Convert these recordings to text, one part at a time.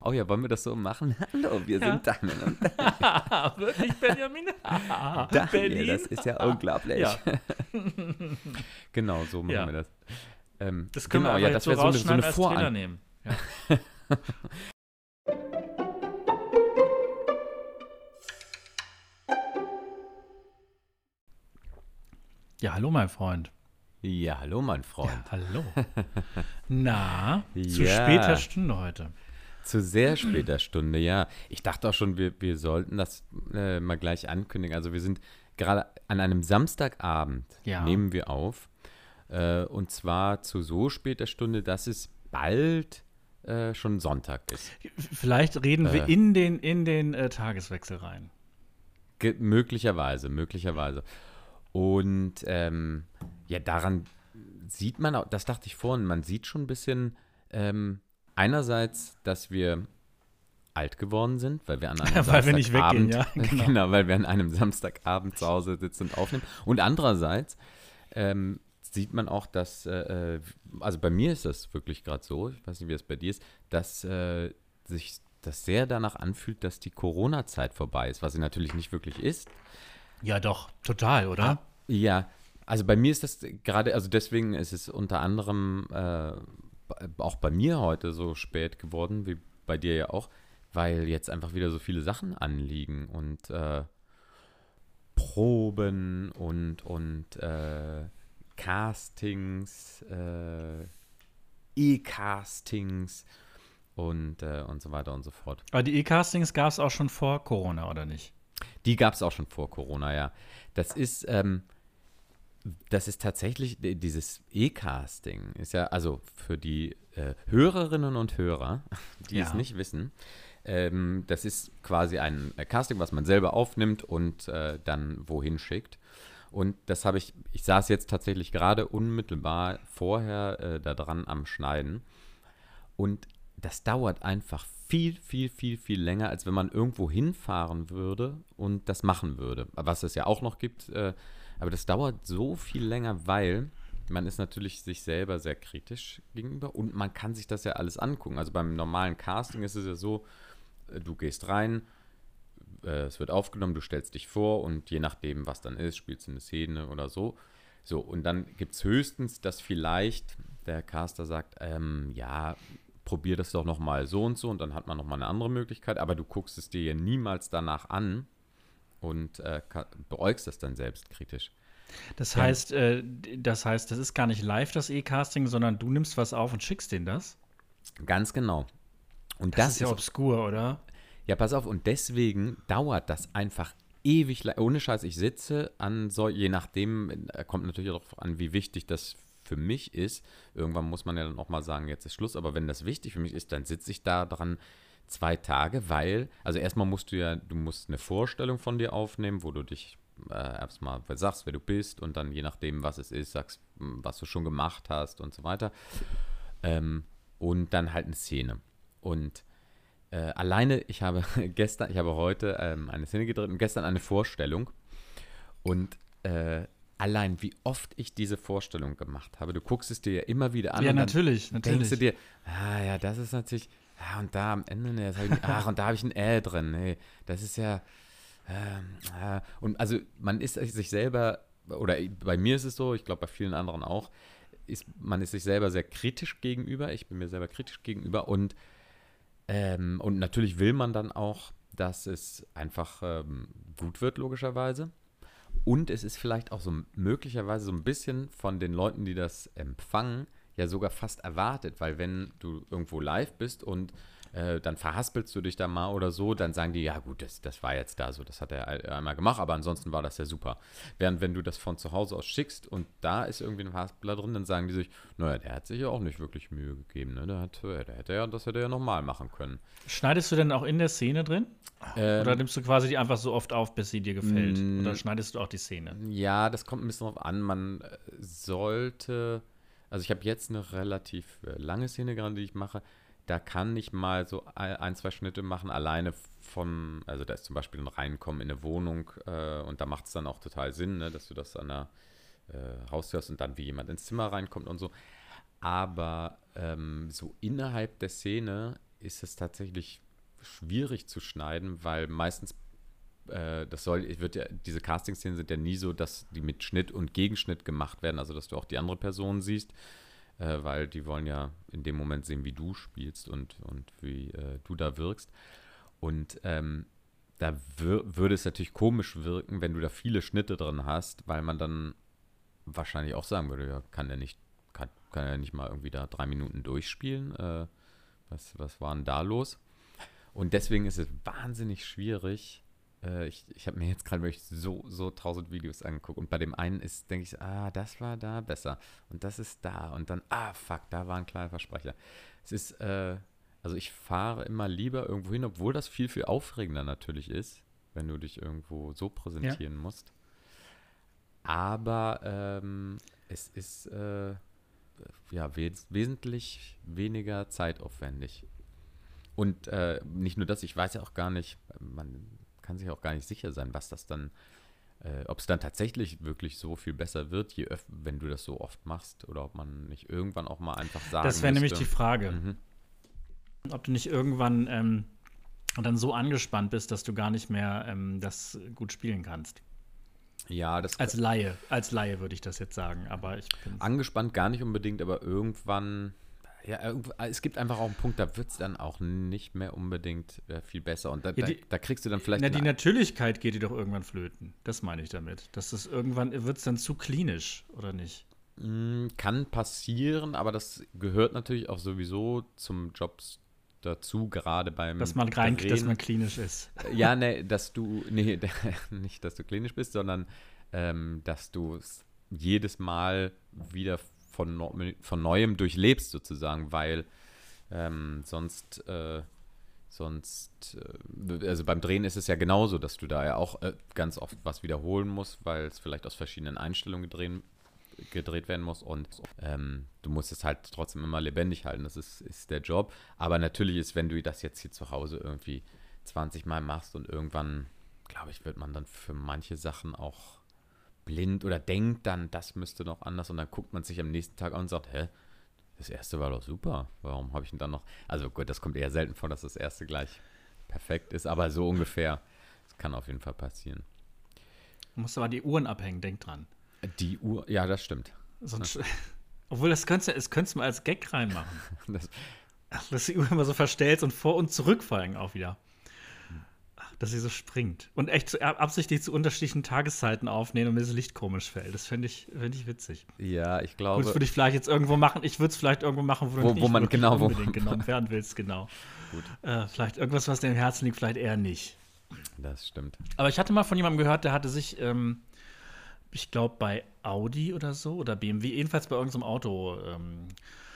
Oh ja, wollen wir das so machen? Hallo, wir Ja. sind Daniel und Wirklich, Benjamin? Daniel, Berlin? das ist ja unglaublich. Ja. Genau, so machen Ja. wir das. Das können wir Genau, einfach ja, jetzt das so wäre so rausschneiden eine als Trailer Voran. nehmen. Ja. Ja, hallo, mein Freund. Ja, hallo, mein Ja, Freund. hallo. Na, zu später Ja, Stunde heute. zu sehr später Stunde, ja. Ich dachte auch schon, wir sollten das mal gleich ankündigen. Also wir sind gerade an einem Samstagabend, Ja. nehmen wir auf. Und zwar zu so später Stunde, dass es bald schon Sonntag ist. Vielleicht reden wir Äh, in den Tageswechsel rein. möglicherweise. Und ja, daran sieht man auch, das dachte ich vorhin, man sieht schon ein bisschen einerseits, dass wir alt geworden sind, weil wir an einem Weil wir nicht weggehen, Samstagabend, ja, genau. genau, weil wir an einem Samstagabend zu Hause sitzen und aufnehmen. Und andererseits sieht man auch, dass, also bei mir ist das wirklich gerade so, ich weiß nicht, wie es bei dir ist, dass sich das sehr danach anfühlt, dass die Corona-Zeit vorbei ist, was sie natürlich nicht wirklich ist. Ja, doch, total, Ah, oder? ja, also bei mir ist das gerade, also deswegen ist es unter anderem auch bei mir heute so spät geworden, wie bei dir ja auch, weil jetzt einfach wieder so viele Sachen anliegen und Proben und Castings, E-Castings und so weiter und so fort. Aber die E-Castings gab es auch schon vor Corona, oder nicht? Die gab es auch schon vor Corona, ja. Das ist, das ist tatsächlich, dieses E-Casting ist ja, also für die Hörerinnen und Hörer, die es Ja. nicht wissen, das ist quasi ein Casting, was man selber aufnimmt und dann wohin schickt. Und das habe ich saß jetzt tatsächlich gerade unmittelbar vorher da dran am Schneiden. Und das dauert einfach viel länger, als wenn man irgendwo hinfahren würde und das machen würde. Was es ja auch noch gibt. Aber das dauert so viel länger, weil man ist natürlich sich selber sehr kritisch gegenüber und man kann sich das ja alles angucken. Also beim normalen Casting ist es ja so, du gehst rein, es wird aufgenommen, du stellst dich vor und je nachdem, was dann ist, spielst du eine Szene oder so. So, und dann gibt es höchstens, dass vielleicht der Caster sagt, ja, probier das doch nochmal so und dann hat man nochmal eine andere Möglichkeit, aber du guckst es dir ja niemals danach an und beäugst das dann selbst kritisch. Das Ähm, heißt, das ist gar nicht live, das E-Casting, sondern du nimmst was auf und schickst denen das? Ganz genau. Und Das das ist ja ist, obskur, oder? ja, pass auf, und deswegen dauert das einfach ewig lang. Ohne Scheiß, ich sitze an so, je nachdem, kommt natürlich auch darauf an, wie wichtig das für mich ist. Irgendwann muss man ja dann auch mal sagen, jetzt ist Schluss, aber wenn das wichtig für mich ist, dann sitze ich da dran 2 Tage, weil, also erstmal du musst eine Vorstellung von dir aufnehmen, wo du dich erstmal sagst, wer du bist und dann je nachdem, was es ist, sagst, was du schon gemacht hast und so weiter. Und dann halt eine Szene. Und alleine, ich habe heute eine Szene gedreht und gestern eine Vorstellung. Und allein, wie oft ich diese Vorstellung gemacht habe, du guckst es dir ja immer wieder an Ja, und dann natürlich, denkst du natürlich. dir, ja, das ist natürlich, ja, und da am Ende, ne, und da habe ich ein drin, nee, das ist ja, und also man ist sich selber, oder bei mir ist es so, ich glaube bei vielen anderen auch, man ist sich selber sehr kritisch gegenüber, ich bin mir selber kritisch gegenüber und natürlich will man dann auch, dass es einfach gut wird, logischerweise. Und es ist vielleicht auch so möglicherweise so ein bisschen von den Leuten, die das empfangen, ja sogar fast erwartet, weil wenn du irgendwo live bist und dann verhaspelst du dich da mal oder so, dann sagen die, ja gut, das war jetzt da so, das hat er einmal gemacht, aber ansonsten war das ja super. Während wenn du das von zu Hause aus schickst und da ist irgendwie ein Haspler drin, dann sagen die sich, naja, der hat sich ja auch nicht wirklich Mühe gegeben, ne? Das hätte er ja nochmal machen können. Schneidest du denn auch in der Szene drin? Oder Ähm, nimmst du quasi die einfach so oft auf, bis sie dir gefällt? Oder mh, schneidest du auch die Szene? Ja, das kommt ein bisschen drauf an. Man sollte, also ich habe jetzt eine relativ lange Szene gerade, die ich mache. Da kann ich mal so ein, zwei Schnitte machen, alleine also da ist zum Beispiel ein Reinkommen in eine Wohnung und da macht es dann auch total Sinn, ne, dass du das an der Haustür hast und dann wie jemand ins Zimmer reinkommt und so. Aber so innerhalb der Szene ist es tatsächlich schwierig zu schneiden, weil meistens diese Casting-Szenen sind ja nie so, dass die mit Schnitt und Gegenschnitt gemacht werden, also dass du auch die andere Person siehst, weil die wollen ja in dem Moment sehen, wie du spielst und wie du da wirkst. Und da würde es natürlich komisch wirken, wenn du da viele Schnitte drin hast, weil man dann wahrscheinlich auch sagen würde, ja, kann er nicht mal irgendwie da 3 Minuten durchspielen? Was war denn da los? Und deswegen ist es wahnsinnig schwierig. Ich habe mir jetzt gerade wirklich so 1000 Videos angeguckt und bei dem einen denke ich, das war da besser und das ist da und dann, fuck, da war ein kleiner Versprecher. Es ist, also ich fahre immer lieber irgendwo hin, obwohl das viel, viel aufregender natürlich ist, wenn du dich irgendwo so präsentieren musst. Aber es ist wesentlich weniger zeitaufwendig. Und nicht nur das, ich weiß ja auch gar nicht, man kann sich auch gar nicht sicher sein, was das dann, ob es dann tatsächlich wirklich so viel besser wird, wenn du das so oft machst, oder ob man nicht irgendwann auch mal einfach sagen Das wäre nämlich müsste. die Frage. Ob du nicht irgendwann dann so angespannt bist, dass du gar nicht mehr das gut spielen kannst. Ja, das Als Laie würde ich das jetzt sagen, aber ich bin angespannt gar nicht unbedingt, aber irgendwann, es gibt einfach auch einen Punkt, da wird es dann auch nicht mehr unbedingt viel besser. Und da kriegst du dann vielleicht. Die Natürlichkeit geht dir doch irgendwann flöten. Das meine ich damit. Dass das irgendwann wird es dann zu klinisch, oder nicht? Kann passieren, aber das gehört natürlich auch sowieso zum Job dazu, gerade beim dass man klinisch ist. Ja, nicht, dass du klinisch bist, sondern dass du es jedes Mal wieder von Neuem durchlebst sozusagen, weil sonst, also beim Drehen ist es ja genauso, dass du da ja auch ganz oft was wiederholen musst, weil es vielleicht aus verschiedenen Einstellungen gedreht werden muss und du musst es halt trotzdem immer lebendig halten, das ist der Job, aber natürlich ist, wenn du das jetzt hier zu Hause irgendwie 20 Mal machst und irgendwann, glaube ich, wird man dann für manche Sachen auch blind oder denkt dann, das müsste noch anders und dann guckt man sich am nächsten Tag an und sagt, das erste war doch super, warum habe ich denn dann noch, also gut, das kommt eher selten vor, dass das erste gleich perfekt ist, aber so ungefähr, das kann auf jeden Fall passieren. Du musst aber die Uhren abhängen, denk dran. Die Uhr, ja, das stimmt. Sonst, obwohl, das könntest du mal als Gag reinmachen. Dass die Uhr immer so verstellst und vor- und zurückfallen auch wieder. Dass sie so springt. Und echt absichtlich zu unterschiedlichen Tageszeiten aufnehmen, damit das Licht komisch fällt. Das fände ich witzig. Ja, ich glaube. Das würde ich vielleicht jetzt irgendwo machen. Ich würde es vielleicht irgendwo machen, wo du man unbedingt genommen werden willst, genau. Gut. Vielleicht irgendwas, was dir im Herzen liegt, vielleicht eher nicht. Das stimmt. Aber ich hatte mal von jemandem gehört, der hatte sich, ich glaube, bei Audi oder so, oder BMW, jedenfalls bei irgendeinem Autoladen,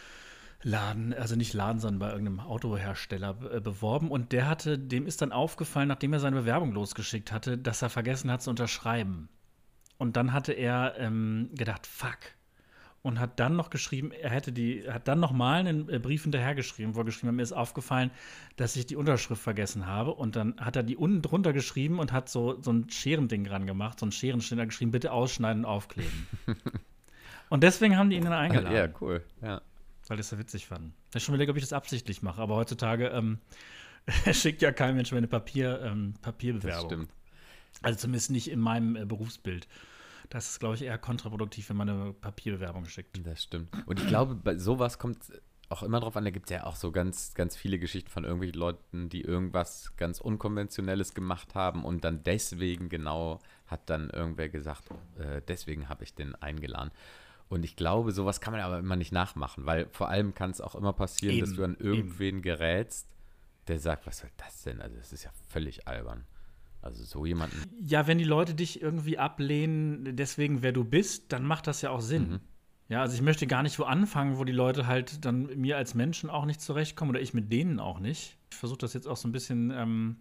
also nicht Laden, sondern bei irgendeinem Autohersteller beworben. Und dem ist dann aufgefallen, nachdem er seine Bewerbung losgeschickt hatte, dass er vergessen hat zu unterschreiben. Und dann hatte er gedacht, fuck. Und hat dann noch geschrieben, hat dann noch mal einen Brief hinterhergeschrieben, wo er geschrieben hat, mir ist aufgefallen, dass ich die Unterschrift vergessen habe. Und dann hat er die unten drunter geschrieben und hat so ein Scherending dran gemacht, so ein Scherenschnitter geschrieben, bitte ausschneiden und aufkleben. Und deswegen haben die ihn dann eingeladen. Ja, cool, ja. Weil die es so witzig fanden. Ich habe schon überlegt, ob ich das absichtlich mache, aber heutzutage schickt ja kein Mensch mehr eine Papierbewerbung. Das stimmt. Also zumindest nicht in meinem Berufsbild. Das ist, glaube ich, eher kontraproduktiv, wenn man eine Papierbewerbung schickt. Das stimmt. Und ich glaube, bei sowas kommt es auch immer drauf an, da gibt es ja auch so ganz, ganz viele Geschichten von irgendwelchen Leuten, die irgendwas ganz Unkonventionelles gemacht haben und dann deswegen hat dann irgendwer gesagt, deswegen habe ich den eingeladen. Und ich glaube, sowas kann man aber immer nicht nachmachen, weil vor allem kann es auch immer passieren, dass du an irgendwen gerätst, der sagt, was soll das denn? Also das ist ja völlig albern. Also so jemanden. Ja, wenn die Leute dich irgendwie ablehnen, deswegen wer du bist, dann macht das ja auch Sinn. Ja, also ich möchte gar nicht wo anfangen, wo die Leute halt dann mit mir als Menschen auch nicht zurechtkommen oder ich mit denen auch nicht. Ich versuche das jetzt auch so ein bisschen,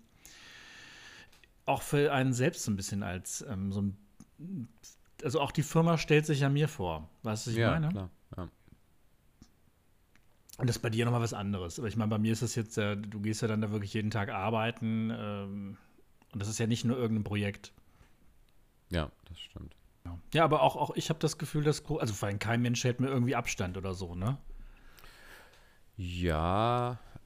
auch für einen selbst so ein bisschen als so ein, also auch die Firma stellt sich ja mir vor. Weißt du, was ich meine? Ja, klar. Ja. Und das ist bei dir nochmal was anderes. Aber ich meine, bei mir ist das jetzt, du gehst ja dann da wirklich jeden Tag arbeiten, und das ist ja nicht nur irgendein Projekt. Ja, das stimmt. Ja, aber auch ich habe das Gefühl, dass, also vor allem kein Mensch hält mir irgendwie Abstand oder so, ne? Ja,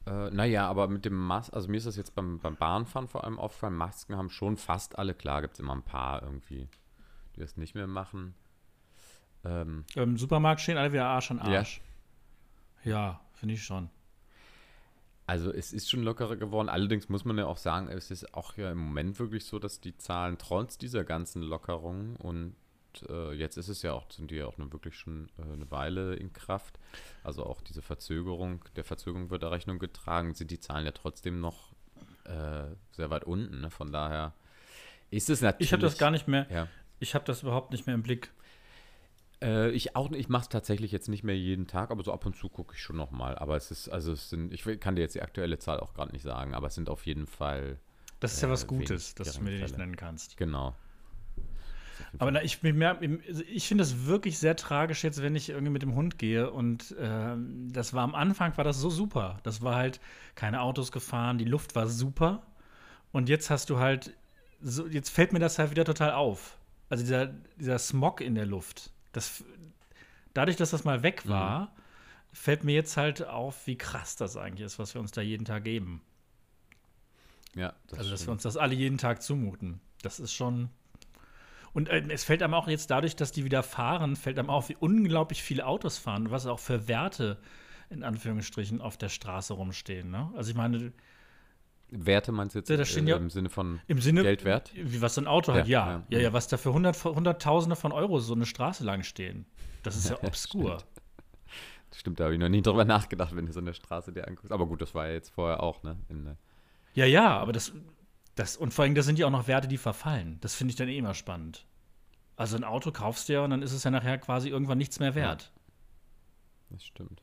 Naja, aber mit dem also mir ist das jetzt beim Bahnfahren vor allem aufgefallen, Masken haben schon fast alle, klar, gibt es immer ein paar irgendwie, die das nicht mehr machen. Ähm, Im Supermarkt stehen alle wieder Arsch an ja, Arsch. Ja, finde ich schon. also es ist schon lockerer geworden. Allerdings muss man ja auch sagen, es ist auch ja im Moment wirklich so, dass die Zahlen trotz dieser ganzen Lockerungen und jetzt ist es ja auch, sind die ja auch wirklich schon eine Weile in Kraft. Also auch diese der Verzögerung wird da Rechnung getragen, sind die Zahlen ja trotzdem noch sehr weit unten. Ne? Von daher ist es Ich habe das gar natürlich, nicht mehr, ja. ich habe das überhaupt nicht mehr im Blick. Ich auch nicht, ich mache es tatsächlich jetzt nicht mehr jeden Tag, aber so ab und zu gucke ich schon noch mal. Aber kann dir jetzt die aktuelle Zahl auch gerade nicht sagen, aber es sind auf jeden Fall Das ist ja was wenig Gutes, dass du mir die nicht Fälle. nennen kannst. Genau. Ist auf jeden Aber Fall. na, ich finde es wirklich sehr tragisch jetzt, wenn ich irgendwie mit dem Hund gehe und das war am Anfang war das so super. Das war halt keine Autos gefahren, die Luft war super und jetzt hast du halt so, jetzt fällt mir das halt wieder total auf. Also dieser Smog in der Luft. Dadurch, dass das mal weg Mhm. war, fällt mir jetzt halt auf, wie krass das eigentlich ist, was wir uns da jeden Tag geben. Ja, das Also, dass wir stimmt. uns das alle jeden Tag zumuten. Das ist schon. Und es fällt einem auch jetzt dadurch, dass die wieder fahren, fällt einem auf, wie unglaublich viele Autos fahren, was auch für Werte in Anführungsstrichen auf der Straße rumstehen. Ne? Also ich meine, Werte meinst du jetzt da stehen ja im Sinne von im Sinne, Geld wert? wie was so ein Auto Ja, hat, ja. ja, Ja, ja, was da für Hunderttausende von Euro so eine Straße lang stehen. Das ist ja obskur. stimmt. Stimmt, da habe ich noch nie drüber nachgedacht, wenn du so eine Straße dir anguckst. Aber gut, das war ja jetzt vorher auch, ne? Ja, ja, aber und vor allem, das sind ja auch noch Werte, die verfallen. Das finde ich dann eh immer spannend. Also ein Auto kaufst du ja und dann ist es ja nachher quasi irgendwann nichts mehr Ja, wert. das stimmt.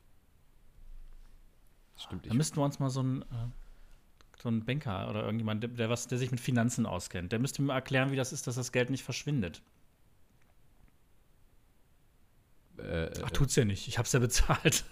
Das stimmt. Da müssten wir uns mal so einen Banker oder irgendjemand, der sich mit Finanzen auskennt, der müsste mir mal erklären, wie das ist, dass das Geld nicht verschwindet. Ach, tut's ja nicht. Ich hab's ja bezahlt.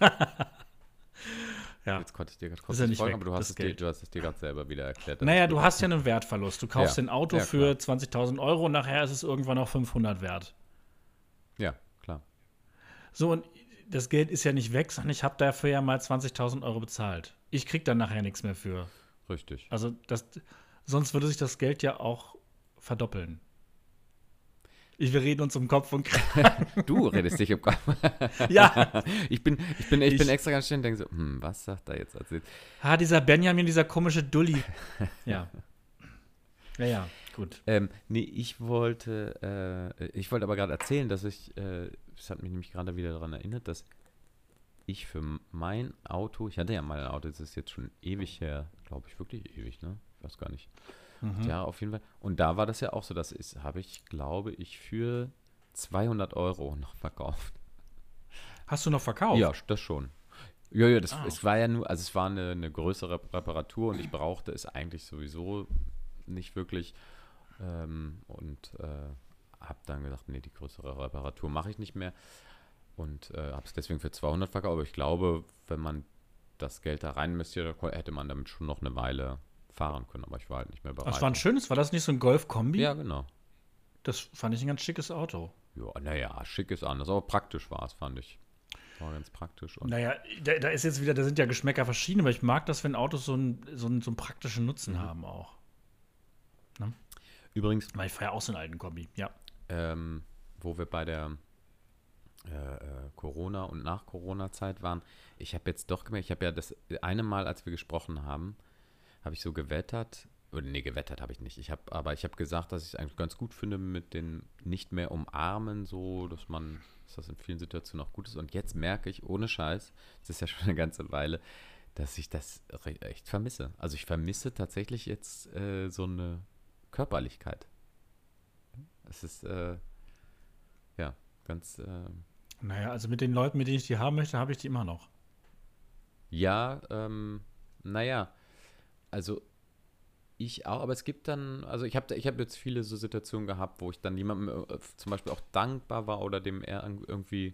Ja, jetzt konnte ich dir gerade ist kurz ja nicht nicht folgen, weg, aber das Geld. du hast es dir gerade selber wieder erklärt, dass es Naja, gut du ist. hast ja einen Wertverlust. Du kaufst Ja, ein Auto ja, für klar. 20.000 Euro und nachher ist es irgendwann noch 500 wert. Ja, klar. So, und das Geld ist ja nicht weg, sondern ich habe dafür ja mal 20.000 Euro bezahlt. Ich krieg dann nachher nichts mehr für. Richtig. Also, sonst würde sich das Geld ja auch verdoppeln. Wir reden uns um Kopf und Kragen. Du redest dich im Kopf. Ja, Ich bin ich. extra ganz schön und denke so, was sagt er jetzt? Also, Dieser Benjamin, dieser komische Dulli. Ja. Ja, ja, gut. nee, ich wollte aber gerade erzählen, dass das hat mich nämlich gerade wieder daran erinnert, dass ich für mein Auto, ich hatte ja mal ein Auto, das ist jetzt schon ewig her, glaube ich, wirklich ewig, ne? Ich weiß gar nicht. 8 Jahre auf jeden Fall. Und da war das ja auch so, habe ich, glaube ich, für 200 Euro noch verkauft. Hast du noch Ja, verkauft? das schon. Ja, ja, Ah. es war ja nur, also es war eine größere Reparatur und ich brauchte es eigentlich sowieso nicht wirklich. Und habe dann gesagt, nee, die größere Reparatur mache ich nicht mehr. Und habe es deswegen für 200 verkauft. Aber ich glaube, wenn man das Geld da rein investiert, hätte man damit schon noch eine Weile fahren können. Aber ich war halt nicht mehr Das bereit. war ein schönes, war das nicht so ein Golf-Kombi? Ja, genau. Das fand ich ein ganz schickes Auto. Ja, naja, schick ist anders, aber praktisch war es, fand ich. War ganz praktisch. Und Naja, da ist jetzt wieder, da sind ja Geschmäcker verschieden, aber ich mag das, wenn Autos so einen praktischen Nutzen haben auch. Ne? übrigens, Weil ich fahre ja auch so einen alten Kombi, ja. wo wir bei der Corona- und Nach-Corona-Zeit waren, ich habe jetzt doch gemerkt, ich habe ja das eine Mal, als wir gesprochen haben, habe ich so gewettert, oder nee, gewettert habe ich nicht. Aber ich habe gesagt, dass ich es eigentlich ganz gut finde mit den nicht mehr umarmen, so, dass das in vielen Situationen auch gut ist. Und jetzt merke ich, ohne Scheiß, das ist ja schon eine ganze Weile, dass ich das echt vermisse. Also ich vermisse tatsächlich jetzt so eine Körperlichkeit. Es ist, ja, ganz, Naja, also mit den Leuten, mit denen ich die haben möchte, habe ich die immer noch. ja, naja, also ich auch, aber es gibt dann, also ich hab jetzt viele so Situationen gehabt, wo ich dann jemandem zum Beispiel auch dankbar war oder dem er irgendwie,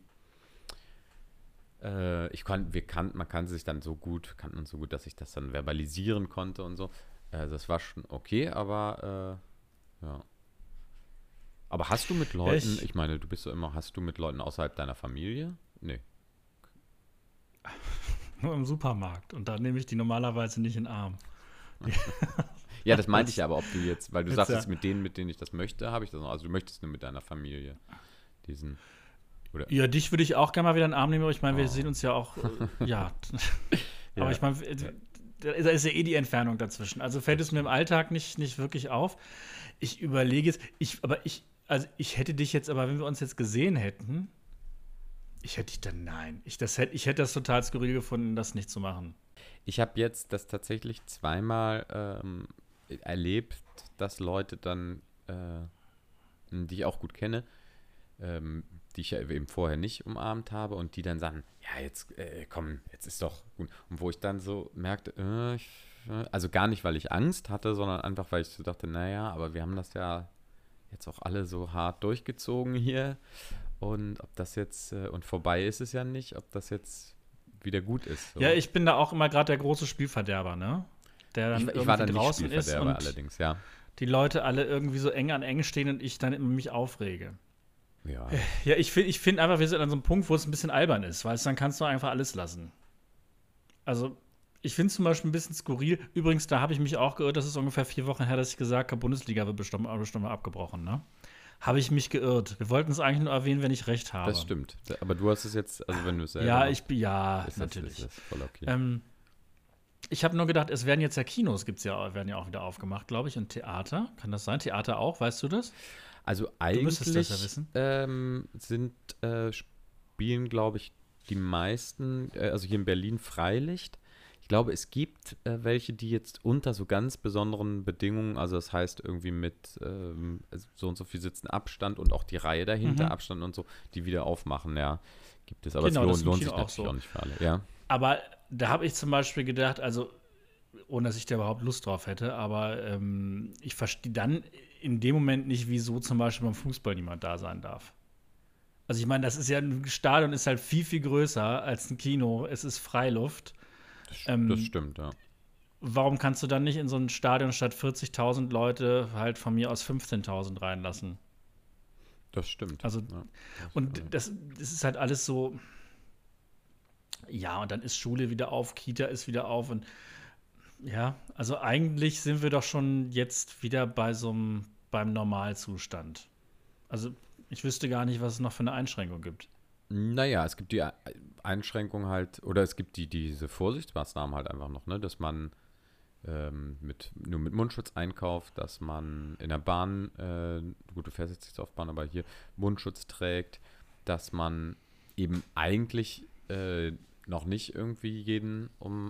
man kannte sich dann so gut, kannten uns so gut, dass ich das dann verbalisieren konnte und so. Das war schon okay, aber ja. Aber hast du mit Ja, Leuten, ich meine, du bist so immer, hast du mit Leuten außerhalb deiner Familie? Nee. nur im Supermarkt. Und da nehme ich die normalerweise nicht in den Arm. Ja, das meinte ich aber, ob du jetzt, weil du Jetzt sagst ja. jetzt mit denen ich das möchte, habe ich das noch. Also du möchtest nur mit deiner Familie diesen, oder, Ja, dich würde ich auch gerne mal wieder in den Arm nehmen, aber ich meine, wir oh. sehen uns ja auch, ja. Aber Ja. ich meine, da ist ja eh die Entfernung dazwischen. Also fällt es mir im Alltag nicht wirklich auf. Ich überlege jetzt, also ich hätte dich jetzt, aber wenn wir uns jetzt gesehen hätten, ich hätte dich dann, nein. Ich hätte das total skurril gefunden, das nicht zu machen. Ich habe jetzt das tatsächlich zweimal erlebt, dass Leute dann, die ich auch gut kenne, die ich ja eben vorher nicht umarmt habe und die dann sagen, ja, jetzt komm, jetzt ist doch gut. Und wo ich dann so merkte, also gar nicht, weil ich Angst hatte, sondern einfach, weil ich so dachte, naja, aber wir haben das ja jetzt auch alle so hart durchgezogen hier und ob das jetzt, und vorbei ist es ja nicht, ob das jetzt wieder gut ist. So. Ja, ich bin da auch immer gerade der große Spielverderber, ne? Der dann Ich war irgendwie dann nicht draußen ist Spielverderber und allerdings, ja. die Leute alle irgendwie so eng an eng stehen und ich dann immer mich aufrege. Ja. Ja, ich find einfach, wir sind an so einem Punkt, wo es ein bisschen albern ist, weißt du, dann kannst du einfach alles lassen. Also, ich finde es zum Beispiel ein bisschen skurril. Übrigens, da habe ich mich auch geirrt, das ist ungefähr 4 Wochen her, dass ich gesagt habe, Bundesliga wird bestimmt mal abgebrochen, ne? Habe ich mich geirrt. Wir wollten es eigentlich nur erwähnen, wenn ich recht habe. Das stimmt. Aber du hast es jetzt, also wenn du es selber Ja, machst, ist natürlich. das voll okay. Ich habe nur gedacht, es werden jetzt ja Kinos, werden ja auch wieder aufgemacht, glaube ich, und Theater. Kann das sein? Theater auch, weißt du das? Also Du müsstest das ja eigentlich wissen. spielen, glaube ich, die meisten, also hier in Berlin Freilicht. Ich glaube, es gibt welche, die jetzt unter so ganz besonderen Bedingungen, also das heißt irgendwie mit so und so viel Sitzen Abstand und auch die Reihe dahinter, Mhm. Abstand und so, die wieder aufmachen, ja. Gibt es, aber Genau, das es ist im lohnt Kino sich auch natürlich so. auch nicht für alle, ja. Aber da habe ich zum Beispiel gedacht, also ohne dass ich da überhaupt Lust drauf hätte, aber ich verstehe dann in dem Moment nicht, wieso zum Beispiel beim Fußball niemand da sein darf. Also ich meine, das ist ja ein Stadion, ist halt viel, viel größer als ein Kino. Es ist Freiluft. Das Ähm, stimmt, ja. Warum kannst du dann nicht in so ein Stadion statt 40.000 Leute halt von mir aus 15.000 reinlassen? Das stimmt. Also, Ja. und das ist halt alles so, ja, und dann ist Schule wieder auf, Kita ist wieder auf und ja, also eigentlich sind wir doch schon jetzt wieder beim Normalzustand. Also ich wüsste gar nicht, was es noch für eine Einschränkung gibt. Naja, es gibt die Einschränkung halt, oder es gibt diese Vorsichtsmaßnahmen halt einfach noch, ne, dass man nur mit Mundschutz einkauft, dass man in der Bahn, gut, du fährst jetzt nicht so auf Bahn, aber hier Mundschutz trägt, dass man eben eigentlich noch nicht irgendwie jeden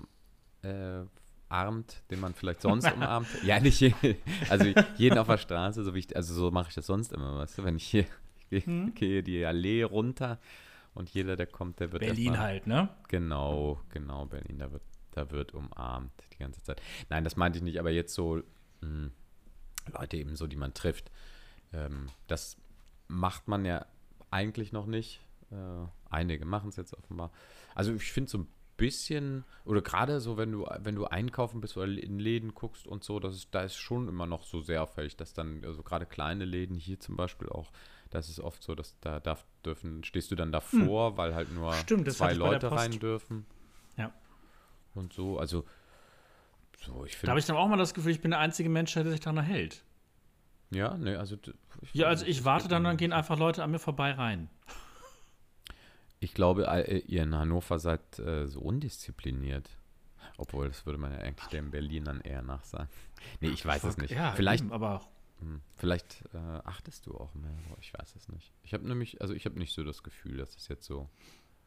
umarmt, den man vielleicht sonst umarmt. Ja, nicht also jeden auf der Straße, also so mache ich das sonst immer, weißt du, wenn ich hier, gehe die Allee runter und jeder, der kommt, der wird Berlin erstmal, halt, ne? genau, Berlin, da wird umarmt die ganze Zeit. Nein, das meinte ich nicht, aber jetzt so Leute eben so, die man trifft, das macht man ja eigentlich noch nicht. Einige machen es jetzt offenbar. Also ich finde so ein bisschen, oder gerade so, wenn du einkaufen bist oder in Läden guckst und so, da ist schon immer noch so sehr auffällig, dass dann, also gerade kleine Läden hier zum Beispiel auch, das ist oft so, dass stehst du dann davor, weil halt nur Stimmt, das 2 hatte ich bei der Leute Post. rein dürfen Ja. und so. Also, so, ich Da finde, habe ich dann auch mal das Gefühl, ich bin der einzige Mensch, der sich daran hält. ja, ne, also Ja, also ich warte dann, dann gehen einfach. einfach Leute an mir vorbei rein. Ich glaube, ihr in Hannover seid so undiszipliniert. Obwohl, das würde man ja eigentlich den Berlinern eher nachsagen. Nee, ich weiß es nicht. Ja, Vielleicht, eben, aber vielleicht achtest du auch mehr, aber ich weiß es nicht. Ich habe nicht so das Gefühl, dass das jetzt so,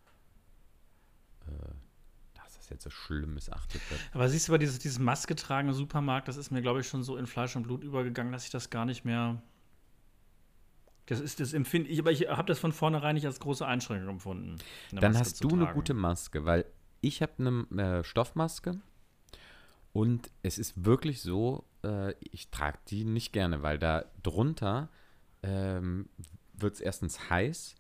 dass das jetzt so schlimm missachtet wird. Aber siehst du, bei dieses Maske tragen im Supermarkt, das ist mir, glaube ich, schon so in Fleisch und Blut übergegangen, dass ich das gar nicht mehr. Das empfinde ich, aber ich habe das von vornherein nicht als große Einschränkung empfunden. Dann hast du eine gute Maske, weil ich habe eine Stoffmaske und es ist wirklich so, ich trage die nicht gerne, weil da drunter wird es erstens heiß,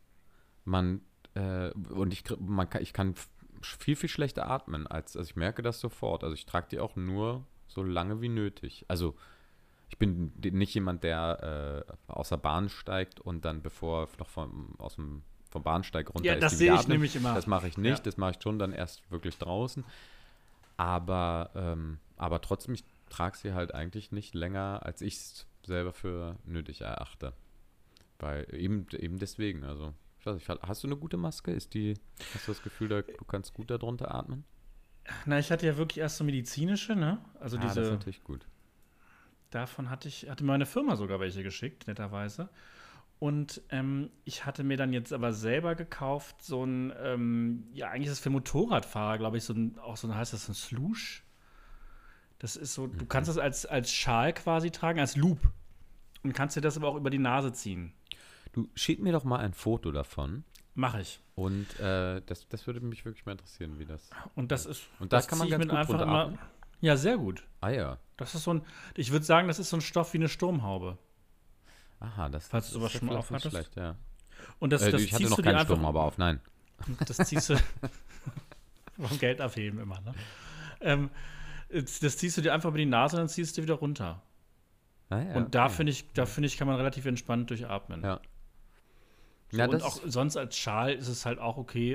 und ich kann viel, viel schlechter atmen, also ich merke das sofort. Also ich trage die auch nur so lange wie nötig. Also ich bin nicht jemand, der aus der Bahn steigt und dann bevor er noch aus dem vom Bahnsteig runter Ja, ist, das die sehe wieder ich abnimmt. nämlich immer. Das mache ich nicht, Ja. das mache ich schon dann erst wirklich draußen. Aber trotzdem, ich trage sie halt eigentlich nicht länger, als ich es selber für nötig erachte. Weil eben deswegen, also, ich weiß nicht, hast du eine gute Maske? Hast du das Gefühl, du kannst gut darunter atmen? Na, ich hatte ja wirklich erst so medizinische, ne? Also Das ist natürlich gut. davon hatte meine Firma sogar welche geschickt, netterweise. Und ich hatte mir dann jetzt aber selber gekauft, so ein, ja, eigentlich ist es für Motorradfahrer, glaube ich, heißt das ein Slush? Das ist so, du kannst das als Schal quasi tragen, als Loop. Und kannst dir das aber auch über die Nase ziehen. Du schick mir doch mal ein Foto davon. Mache ich. Und das würde mich wirklich mal interessieren, wie das. Und das ist, Und da das kann man zieh ich ganz mit gut einfach drunter immer. atmen. Ja, sehr gut. Ah ja. Das ist ich würde sagen, das ist so ein Stoff wie eine Sturmhaube. Aha, Falls du sowas ist ja schon mal vielleicht nicht aufhattest. schlecht, ja. Und das Ich hatte ziehst noch du dir keinen einfach. Sturm, aber auf nein. Das ziehst du vom Geld abheben immer, ne? Das ziehst du dir einfach über die Nase und dann ziehst du wieder runter. Ah, ja, Und da okay. finde ich, kann man relativ entspannt durchatmen. Ja. So, Ja, und das auch sonst als Schal ist es halt auch okay.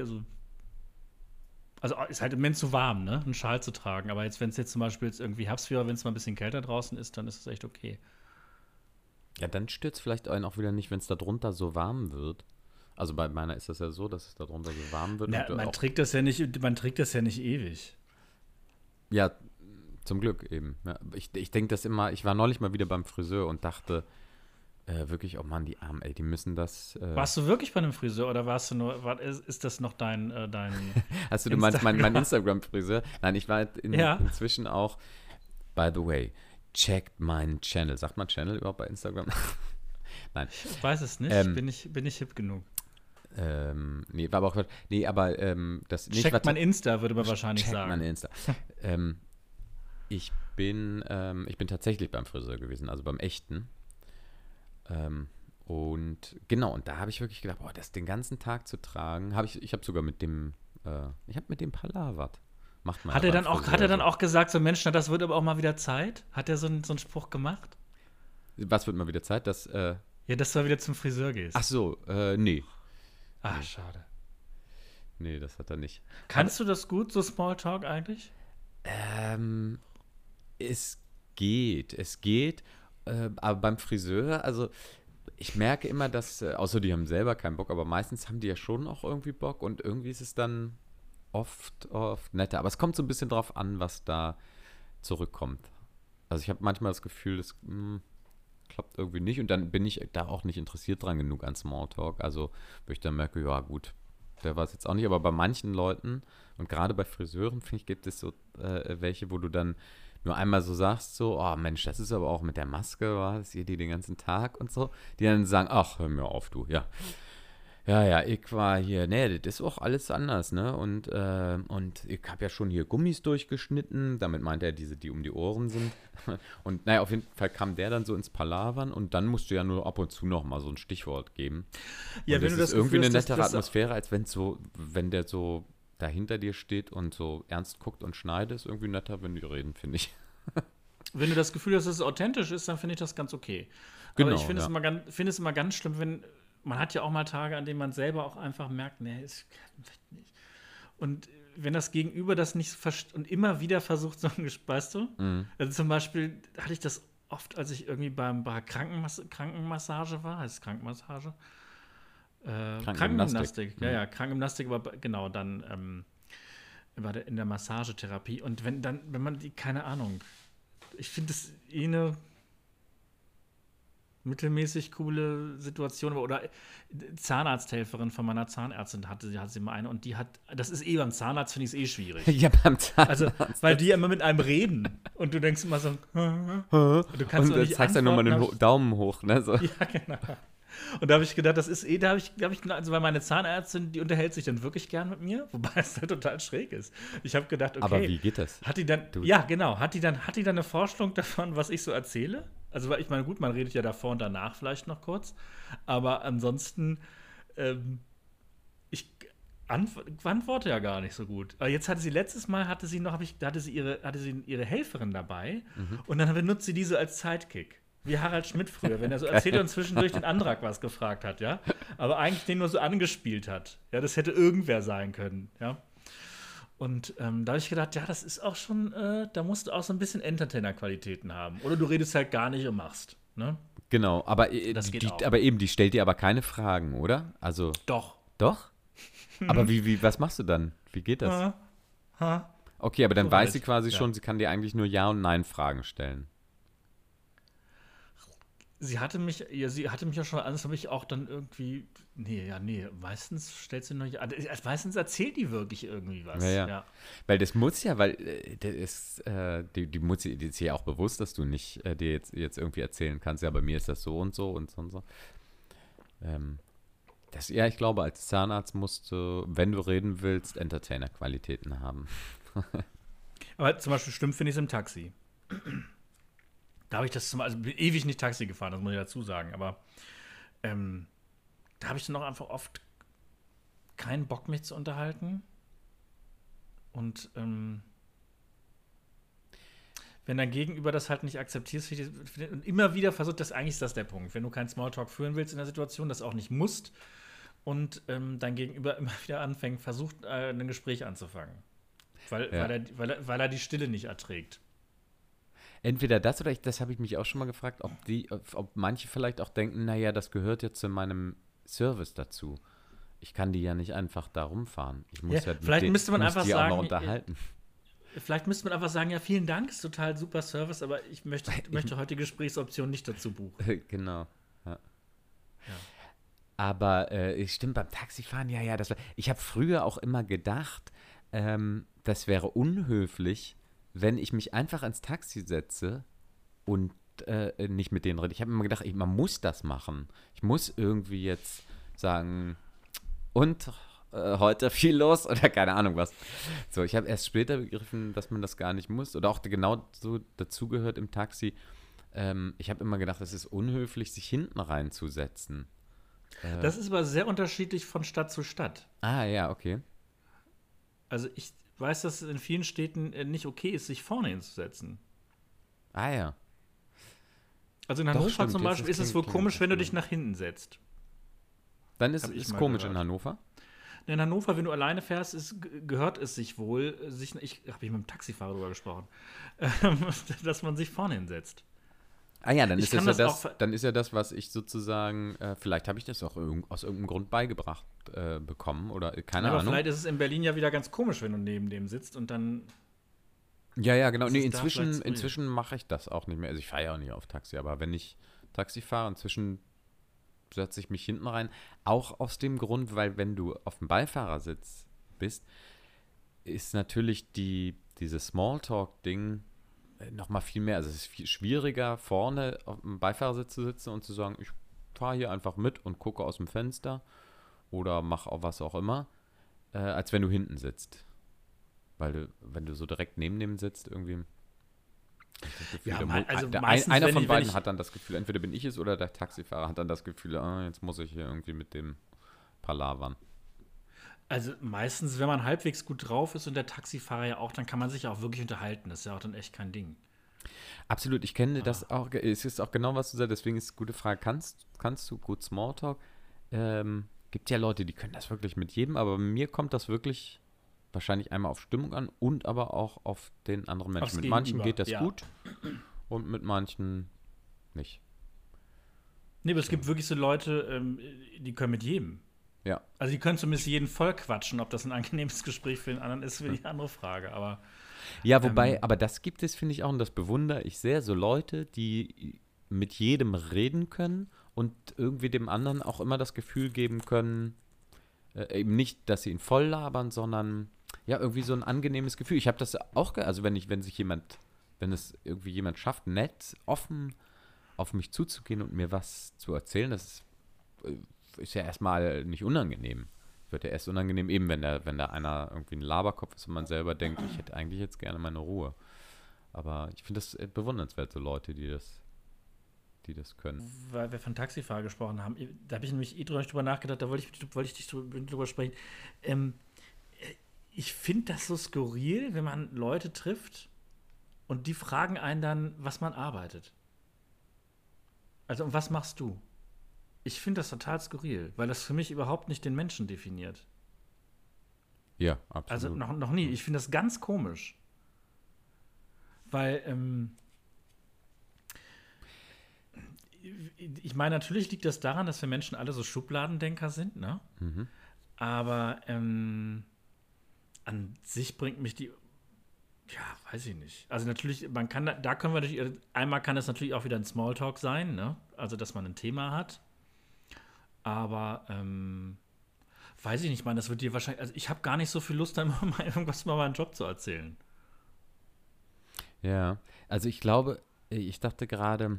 Also ist halt immens zu warm, ne? Einen Schal zu tragen. Aber wenn es jetzt zum Beispiel irgendwie Herbst wäre, wenn es mal ein bisschen kälter draußen ist, dann ist es echt okay. Ja, dann stört es vielleicht einen auch wieder nicht, wenn es da drunter so warm wird. Also bei meiner ist das ja so, dass es da drunter so warm wird. Na, und man auch, trägt das ja nicht ewig. ja, zum Glück eben. Ja, ich denke das immer, ich war neulich mal wieder beim Friseur und dachte wirklich, oh Mann, die Armen, ey, die müssen das. Warst du wirklich bei einem Friseur oder warst du nur, ist das noch dein Also du meinst mein Instagram? Instagram-Friseur? Nein, ich war halt Ja. inzwischen auch, by the way, checkt meinen Channel. Sagt man Channel überhaupt bei Instagram? Nein. Ich weiß es nicht. Bin ich hip genug? Nee, war aber auch. Nee, aber Checkt warte, mein Insta, würde man wahrscheinlich checkt sagen. mein Insta. Ich bin tatsächlich beim Friseur gewesen, also beim echten. Und genau, und da habe ich wirklich gedacht, boah, das den ganzen Tag zu tragen, ich habe sogar mit dem, ich habe mit dem palavert. Macht man Hat ja er beim dann auch, Friseur hat er dann so. auch gesagt, so Mensch, na, das wird aber auch mal wieder Zeit? Hat er so einen Spruch gemacht? Was wird mal wieder Zeit, dass, Ja, dass du mal wieder zum Friseur gehst. ach so, nee. Ach, schade. Nee, das hat er nicht. Kannst du das gut, so Smalltalk eigentlich? Ähm, es geht, aber beim Friseur, also ich merke immer, dass, außer die haben selber keinen Bock, aber meistens haben die ja schon auch irgendwie Bock und irgendwie ist es dann oft netter. Aber es kommt so ein bisschen drauf an, was da zurückkommt. Also ich habe manchmal das Gefühl, das klappt irgendwie nicht und dann bin ich da auch nicht interessiert dran genug an Smalltalk. Also wo ich dann merke, ja gut, der war es jetzt auch nicht, aber bei manchen Leuten und gerade bei Friseuren, finde ich, gibt es so welche, wo du dann nur einmal so sagst, so, oh Mensch, das ist aber auch mit der Maske, war das ihr die den ganzen Tag und so, die dann sagen, ach, hör mir auf, du, ja. Ja, ich war hier, nee, das ist auch alles anders, ne? Und ich habe ja schon hier Gummis durchgeschnitten, damit meint er diese, die um die Ohren sind. Und naja, auf jeden Fall kam der dann so ins Palavern und dann musst du ja nur ab und zu noch mal so ein Stichwort geben. Ja, Und wenn das du das ist irgendwie Gefühl eine hast, dass nettere das- Atmosphäre, als wenn der so da hinter dir steht und so ernst guckt und schneidet, ist irgendwie netter, wenn die reden, finde ich. Wenn du das Gefühl hast, dass es authentisch ist, dann finde ich das ganz okay. Genau, Aber ich finde ja. finde es immer ganz schlimm, wenn man hat ja auch mal Tage, an denen man selber auch einfach merkt, nee, ist nicht. Und wenn das Gegenüber das nicht und immer wieder versucht, so ein weißt du? Mhm. Also zum Beispiel hatte ich das oft, als ich irgendwie bei Krankenmassage war, heißt es Krankenmassage? Krankengymnastik. Ja, Krankengymnastik, aber genau, dann in der Massagetherapie. Und wenn man die, keine Ahnung, ich finde das eine mittelmäßig coole Situation, oder Zahnarzthelferin von meiner Zahnärztin hat sie mal eine und das ist beim Zahnarzt finde ich es schwierig. Ja, beim Zahnarzt. Also, weil die ja immer mit einem reden und du denkst immer so, und du kannst und doch dann nicht zeigst du nur mal den antworten. Daumen hoch, ne? So. Ja, genau. Und da habe ich gedacht, das ist also weil meine Zahnärztin, die unterhält sich dann wirklich gern mit mir, wobei es halt total schräg ist. Ich habe gedacht, okay. Aber wie geht das? Hat die dann, ja, genau, hat die dann eine Vorstellung davon, was ich so erzähle? Also, weil ich meine, gut, man redet ja davor und danach vielleicht noch kurz, aber ansonsten, ich antworte ja gar nicht so gut. Aber jetzt letztes Mal hatte sie ihre Helferin dabei und dann benutzt sie diese als Sidekick. Wie Harald Schmidt früher, wenn er so erzählt und zwischendurch den Andrak was gefragt hat, ja. Aber eigentlich den nur so angespielt hat. Ja, das hätte irgendwer sein können, ja. Und da habe ich gedacht, ja, das ist auch schon, da musst du auch so ein bisschen Entertainer-Qualitäten haben. Oder du redest halt gar nicht und machst, ne? Genau, aber, Das geht auch. aber eben, die stellt dir aber keine Fragen, oder? Also, Doch. doch? Aber was machst du dann? Wie geht das? Ha, ha. Okay, aber dann So weiß halt. sie quasi Ja. schon, sie kann dir eigentlich nur Ja- und Nein-Fragen stellen. Sie hatte mich ja schon an, das habe ich auch dann irgendwie. Nee, meistens stellt sie noch. Meistens erzählt die wirklich irgendwie was. Ja, ja. Ja. Weil das muss ja, weil das ist, die ist ja auch bewusst, dass du nicht dir jetzt irgendwie erzählen kannst, ja, bei mir ist das so und so und so und so. Ja, ich glaube, als Zahnarzt musst du, wenn du reden willst, Entertainer-Qualitäten haben. Aber zum Beispiel stimmt, finde ich es im Taxi. Da habe ich das also bin ewig nicht Taxi gefahren, das muss ich dazu sagen, aber da habe ich dann auch einfach oft keinen Bock, mich zu unterhalten. Und wenn dein Gegenüber das halt nicht akzeptierst, und immer wieder versucht, eigentlich ist das der Punkt, wenn du keinen Smalltalk führen willst in der Situation, das auch nicht musst und dein Gegenüber immer wieder versucht, ein Gespräch anzufangen. Ja. Weil er die Stille nicht erträgt. Entweder das oder das habe ich mich auch schon mal gefragt, ob manche vielleicht auch denken, naja, das gehört ja zu meinem Service dazu. Ich kann die ja nicht einfach da rumfahren. Ich muss Ja, ja vielleicht müsste man muss einfach die auch noch sagen, unterhalten. Vielleicht müsste man einfach sagen, ja, vielen Dank, ist total super Service, aber ich möchte heute die Gesprächsoption nicht dazu buchen. Genau. Ja. Ja. Aber stimmt, beim Taxifahren, ja, ich habe früher auch immer gedacht, das wäre unhöflich, wenn ich mich einfach ins Taxi setze und nicht mit denen rede. Ich habe immer gedacht, man muss das machen. Ich muss irgendwie jetzt sagen, und heute viel los oder keine Ahnung was. So, ich habe erst später begriffen, dass man das gar nicht muss. Oder auch genau so dazugehört im Taxi. Ich habe immer gedacht, es ist unhöflich, sich hinten reinzusetzen. Das ist aber sehr unterschiedlich von Stadt zu Stadt. Ah, ja, okay. Also ich weiß, dass es in vielen Städten nicht okay ist, sich vorne hinzusetzen. Ah, ja. Also in Doch, Hannover stimmt, zum jetzt Beispiel das ist es wohl klingt komisch, wenn du interessant. dich nach hinten setzt. Dann ist Hab ich es mal komisch gehört. in Hannover. In Hannover, wenn du alleine fährst, gehört es sich wohl, ich habe mit dem Taxifahrer darüber gesprochen, dass man sich vorne hinsetzt. Ah ja, dann Ich ist das kann ja das das, auch dann ist ja das, was ich sozusagen, vielleicht habe ich das auch aus irgendeinem Grund beigebracht bekommen oder keine Aber Ahnung. vielleicht ist es in Berlin ja wieder ganz komisch, wenn du neben dem sitzt und dann Ja, genau. ist Nee, es da vielleicht skurril. inzwischen mache ich das auch nicht mehr. Also ich fahre ja auch nicht auf Taxi, aber wenn ich Taxi fahre, inzwischen setze ich mich hinten rein. Auch aus dem Grund, weil wenn du auf dem Beifahrersitz bist, ist natürlich dieses Smalltalk-Ding noch mal viel mehr. Also es ist viel schwieriger, vorne auf dem Beifahrersitz zu sitzen und zu sagen, ich fahre hier einfach mit und gucke aus dem Fenster oder mache auch was auch immer, als wenn du hinten sitzt. Weil wenn du so direkt neben dem sitzt, irgendwie das Gefühl, Ja, also meistens, einer wenn von ich- wenn beiden ich- hat dann das Gefühl, entweder bin ich es oder der Taxifahrer hat dann das Gefühl, jetzt muss ich hier irgendwie mit dem palavern. Also meistens, wenn man halbwegs gut drauf ist und der Taxifahrer ja auch, dann kann man sich ja auch wirklich unterhalten. Das ist ja auch dann echt kein Ding. Absolut, ich kenne das auch. Es ist auch genau, was du sagst, deswegen ist es eine gute Frage. Kannst du gut Smalltalk? Gibt ja Leute, die können das wirklich mit jedem, aber bei mir kommt das wirklich wahrscheinlich einmal auf Stimmung an und aber auch auf den anderen Menschen. Aufs Mit manchen Gegenüber, geht das ja. gut und mit manchen nicht. Nee, aber es gibt wirklich so Leute, die können mit jedem. Ja. Also die können zumindest jeden voll quatschen. Ob das ein angenehmes Gespräch für den anderen ist, für die andere Frage. Aber Ja, wobei, aber das gibt es, finde ich auch, und das bewundere ich sehr, so Leute, die mit jedem reden können und irgendwie dem anderen auch immer das Gefühl geben können, eben nicht, dass sie ihn voll labern, sondern ja, irgendwie so ein angenehmes Gefühl. Ich habe das auch, also wenn es irgendwie jemand schafft, nett, offen auf mich zuzugehen und mir was zu erzählen, ist ja erstmal nicht unangenehm. Wird ja erst unangenehm, eben wenn da einer irgendwie ein Laberkopf ist und man selber denkt, ich hätte eigentlich jetzt gerne meine Ruhe. Aber ich finde das bewundernswert, so Leute, die das können. weil wir von Taxifahrer gesprochen haben, da habe ich nämlich drüber nachgedacht, da wollte ich dich drüber sprechen. Ich finde das so skurril, wenn man Leute trifft und die fragen einen dann, was man arbeitet. Also, und was machst du? Ich finde das total skurril, weil das für mich überhaupt nicht den Menschen definiert. Ja, Also absolut. noch nie. Ich finde das ganz komisch. Weil, ich meine, natürlich liegt das daran, dass wir Menschen alle so Schubladendenker sind, ne? Mhm. Aber an sich bringt mich die, ja, weiß ich nicht. Also natürlich, man kann, da können wir natürlich, einmal kann es natürlich auch wieder ein Smalltalk sein, ne? Also, dass man ein Thema hat. Aber, weiß ich nicht, ich meine, das wird dir wahrscheinlich, also ich habe gar nicht so viel Lust, da immer mal irgendwas über meinen Job zu erzählen. Ja, also ich glaube, ich dachte gerade,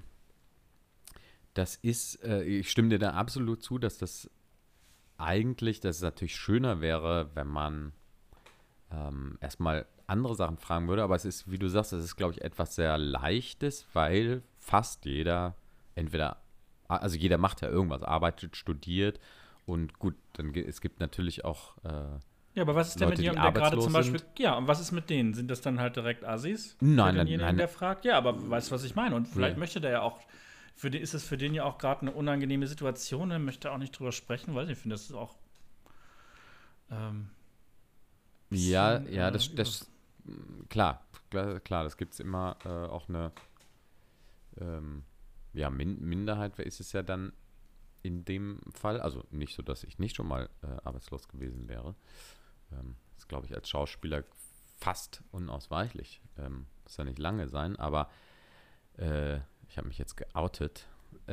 ich stimme dir da absolut zu, dass dass es natürlich schöner wäre, wenn man erstmal andere Sachen fragen würde, aber es ist, wie du sagst, es ist, glaube ich, etwas sehr Leichtes, weil fast jeder also jeder macht ja irgendwas, arbeitet, studiert und gut, es gibt natürlich auch Ja, aber was ist denn mit Leute, die jemandem, der gerade zum arbeitslos Beispiel, sind. ja, und was ist mit denen? Sind das dann halt direkt Assis für Nein, nein, denjenigen, nein, der fragt? Ja, aber weißt du, was ich meine? Und vielleicht ja. möchte der ja auch, ist es für den ja auch gerade eine unangenehme Situation, er möchte auch nicht drüber sprechen, weil ich finde, das ist auch ein Ja, bisschen ja, über. klar, das gibt es immer auch eine ähm, ja, Minderheit ist es ja dann in dem Fall. Also nicht so, dass ich nicht schon mal arbeitslos gewesen wäre. Das ist, glaube ich, als Schauspieler fast unausweichlich. Muss ja nicht lange sein, aber ich habe mich jetzt geoutet.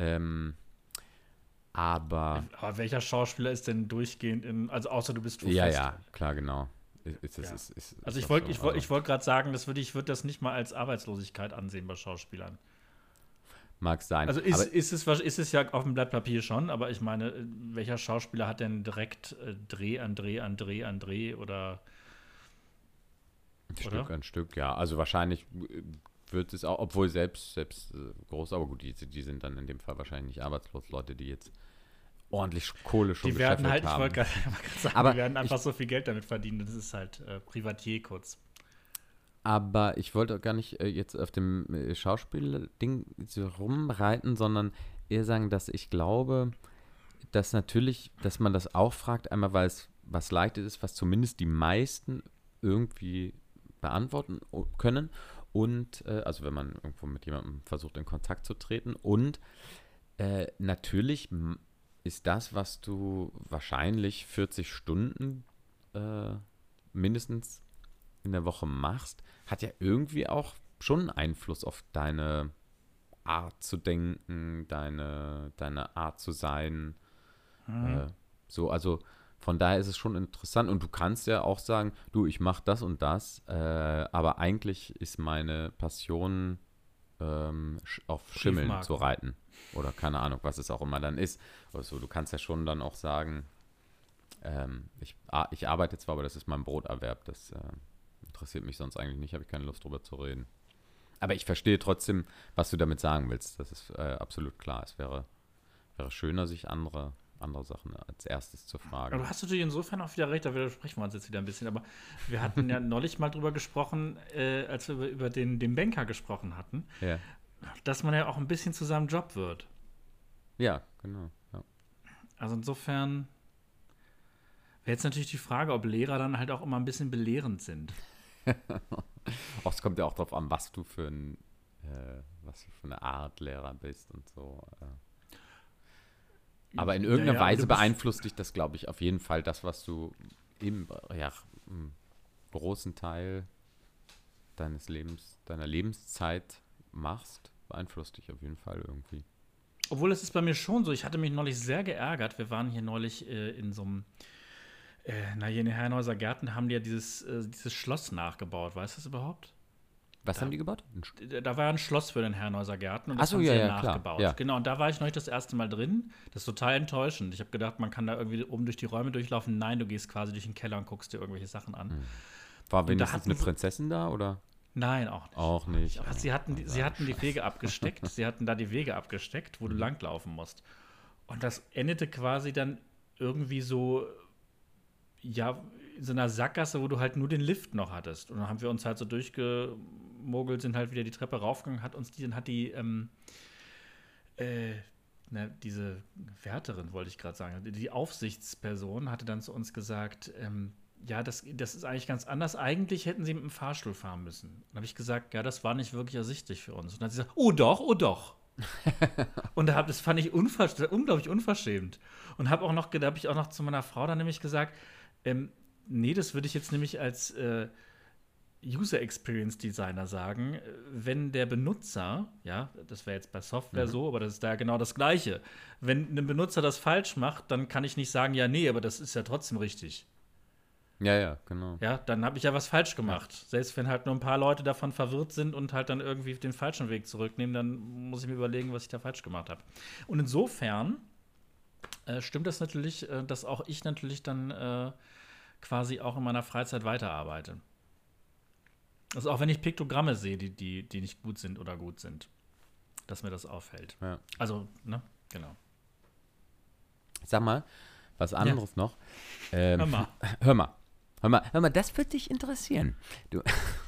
Aber Aber welcher Schauspieler ist denn durchgehend also außer du bist ja, fest? ja, klar, genau. Ja. Also Ist ich auch wollte so. ich wollt, Also ich wollt gerade sagen, ich würde das nicht mal als Arbeitslosigkeit ansehen bei Schauspielern. mag sein. Also Aber ist es ja auf dem Blatt Papier schon, aber ich meine, welcher Schauspieler hat denn direkt Dreh an Dreh an Dreh an Dreh oder? Stück an Stück, ja. Also wahrscheinlich wird es auch, obwohl selbst groß, aber gut, die sind dann in dem Fall wahrscheinlich nicht arbeitslos, Leute, die jetzt ordentlich Kohle schon Die werden gescheffelt halt, ich haben. wollte gerade sagen, die Aber werden ich, einfach so viel Geld damit verdienen. Das ist halt Privatier kurz. aber ich wollte auch gar nicht jetzt auf dem Schauspielding so rumreiten, sondern eher sagen, dass ich glaube, dass natürlich, dass man das auch fragt, einmal weil es was Leichtes ist, was zumindest die meisten irgendwie beantworten können. Und also wenn man irgendwo mit jemandem versucht in Kontakt zu treten. Und natürlich ist das, was du wahrscheinlich 40 Stunden äh, mindestens in der Woche machst, hat ja irgendwie auch schon Einfluss auf deine Art zu denken, deine Art zu sein. Mhm. Äh, also von daher ist es schon interessant und du kannst ja auch sagen, du, ich mache das und das, aber eigentlich ist meine Passion auf Schimmeln zu Briefmarken. reiten oder keine Ahnung, was es auch immer dann ist. Also du kannst ja schon dann auch sagen, ich arbeite zwar, aber das ist mein Broterwerb, das interessiert mich sonst eigentlich nicht, habe ich keine Lust drüber zu reden. Aber ich verstehe trotzdem, was du damit sagen willst. Das ist absolut klar. Wäre schöner, sich andere Sachen als erstes zu Aber fragen. du hast natürlich insofern auch wieder recht, da widersprechen wir uns jetzt wieder ein bisschen. Aber wir hatten ja neulich mal drüber gesprochen, als wir über den Banker gesprochen hatten, Ja. dass man ja auch ein bisschen zu seinem Job wird. Ja, genau. Ja. Also insofern wäre jetzt natürlich die Frage, ob Lehrer dann halt auch immer ein bisschen belehrend sind. Auch, es kommt ja auch darauf an, was du für eine Art Lehrer bist und so. Aber in irgendeiner Naja, aber du Weise bist. beeinflusst dich das, glaube ich, auf jeden Fall das, was du ja, im großen Teil deiner Lebenszeit machst, beeinflusst dich auf jeden Fall irgendwie. Obwohl es ist bei mir schon so, ich hatte mich neulich sehr geärgert. Wir waren hier neulich in so einem, hier in den Herrenhäuser Gärten haben die ja dieses Schloss nachgebaut. Weißt du das überhaupt? Was haben Da, die gebaut? da war ein Schloss für den Herrenhäuser Garten und das Achso, haben ja, sie ja ja, klar. nachgebaut. Ja. Genau, und da war ich neulich das erste Mal drin. Das ist total enttäuschend. Ich habe gedacht, man kann da irgendwie oben durch die Räume durchlaufen. Nein, du gehst quasi durch den Keller und guckst dir irgendwelche Sachen an. Hm. War Und da wenigstens hatten eine sie. Prinzessin da, oder? Nein, auch nicht. Auch Auch nicht. nicht. Aber Oh, sie hatten die Scheiße. Wege abgesteckt. Sie hatten da die Wege abgesteckt, wo du Mhm. langlaufen musst. Und das endete quasi dann irgendwie so, ja, in so einer Sackgasse, wo du halt nur den Lift noch hattest. Und dann haben wir uns halt so durchgemogelt, sind halt wieder die Treppe raufgegangen, hat äh, diese Wärterin, wollte ich gerade sagen, die Aufsichtsperson hatte dann zu uns gesagt, ja, das ist eigentlich ganz anders. Eigentlich hätten sie mit dem Fahrstuhl fahren müssen. Dann habe ich gesagt, ja, das war nicht wirklich ersichtlich für uns. Und dann hat sie gesagt, oh doch, oh doch. Und das fand ich unglaublich unverschämt. Und habe ich auch noch zu meiner Frau dann nämlich gesagt, nee, das würde ich jetzt nämlich als User Experience Designer sagen, wenn der Benutzer, ja, das wäre jetzt bei Software so, aber das ist da genau das Gleiche. Wenn ein Benutzer das falsch macht, dann kann ich nicht sagen, ja, nee, aber das ist ja trotzdem richtig. Ja, ja, genau. Ja, dann habe ich ja was falsch gemacht. Selbst wenn halt nur ein paar Leute davon verwirrt sind und halt dann irgendwie den falschen Weg zurücknehmen, dann muss ich mir überlegen, was ich da falsch gemacht habe. Und insofern stimmt das natürlich, dass auch ich natürlich dann quasi auch in meiner Freizeit weiterarbeite. Also auch wenn ich Piktogramme sehe, die nicht gut sind oder gut sind, dass mir das auffällt. Ja. Also, ne? Genau. Sag mal, was anderes noch. Hör mal. Hör mal, das wird dich interessieren. Du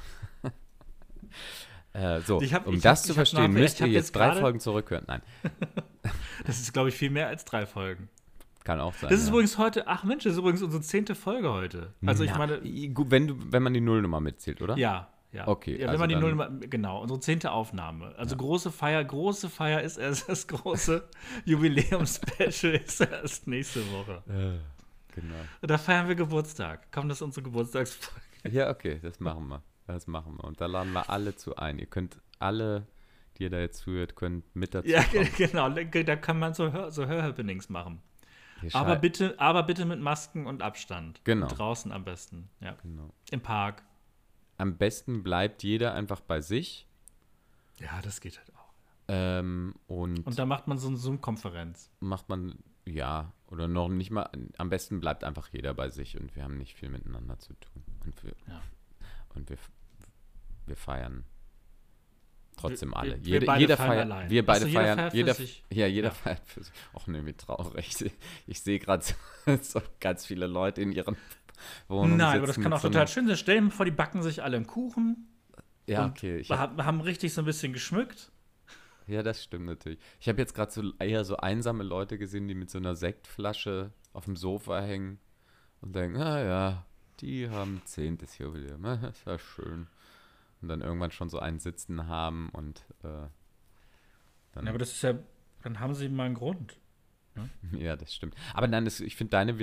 so, das zu verstehen, müsst ihr jetzt 3 Folgen zurückhören. Nein. Das ist, glaube ich, viel mehr als 3 Folgen. Kann auch sein. Das ist übrigens heute, ach Mensch, das ist übrigens unsere 10. Folge heute. Also ich meine. Gut, wenn man die Nullnummer mitzählt, oder? Ja. Okay. Ja, wenn man die Nullnummer, genau, unsere 10. Aufnahme. Also große Feier ist erst das große Jubiläum-Special ist erst nächste Woche. Genau. Und da feiern wir Geburtstag. Komm, das ist unsere Geburtstagsfolge. Ja, okay, das machen wir. Und da laden wir alle zu ein. Ihr könnt alle, die ihr da jetzt zuhört, könnt mit dazu kommen. Genau. Da kann man so Hörhappenings machen. Aber bitte mit Masken und Abstand. Genau. Und draußen am besten. Ja. Genau. Im Park. Am besten bleibt jeder einfach bei sich. Ja, das geht halt auch. Und da macht man so eine Zoom-Konferenz. Ja, oder noch nicht mal, am besten bleibt einfach jeder bei sich und wir haben nicht viel miteinander zu tun. Und wir feiern trotzdem alle. Jeder feiert allein. Wir beide feiern. Jeder feiert für sich. Och nee, wie traurig. Ich sehe gerade so ganz viele Leute in ihren Wohnungen. Nein, aber das kann auch total schön sein. Stell dir vor, die backen sich alle einen Kuchen. Ja, okay. Haben richtig so ein bisschen geschmückt. Ja, das stimmt natürlich. Ich habe jetzt gerade eher so einsame Leute gesehen, die mit so einer Sektflasche auf dem Sofa hängen und denken, ja, die haben 10. Jubiläum. Das war schön. Und dann irgendwann schon so einen Sitzen haben und dann. Ja, aber das ist ja, dann haben sie mal einen Grund. Ne? Ja, das stimmt. Aber nein, ich finde deine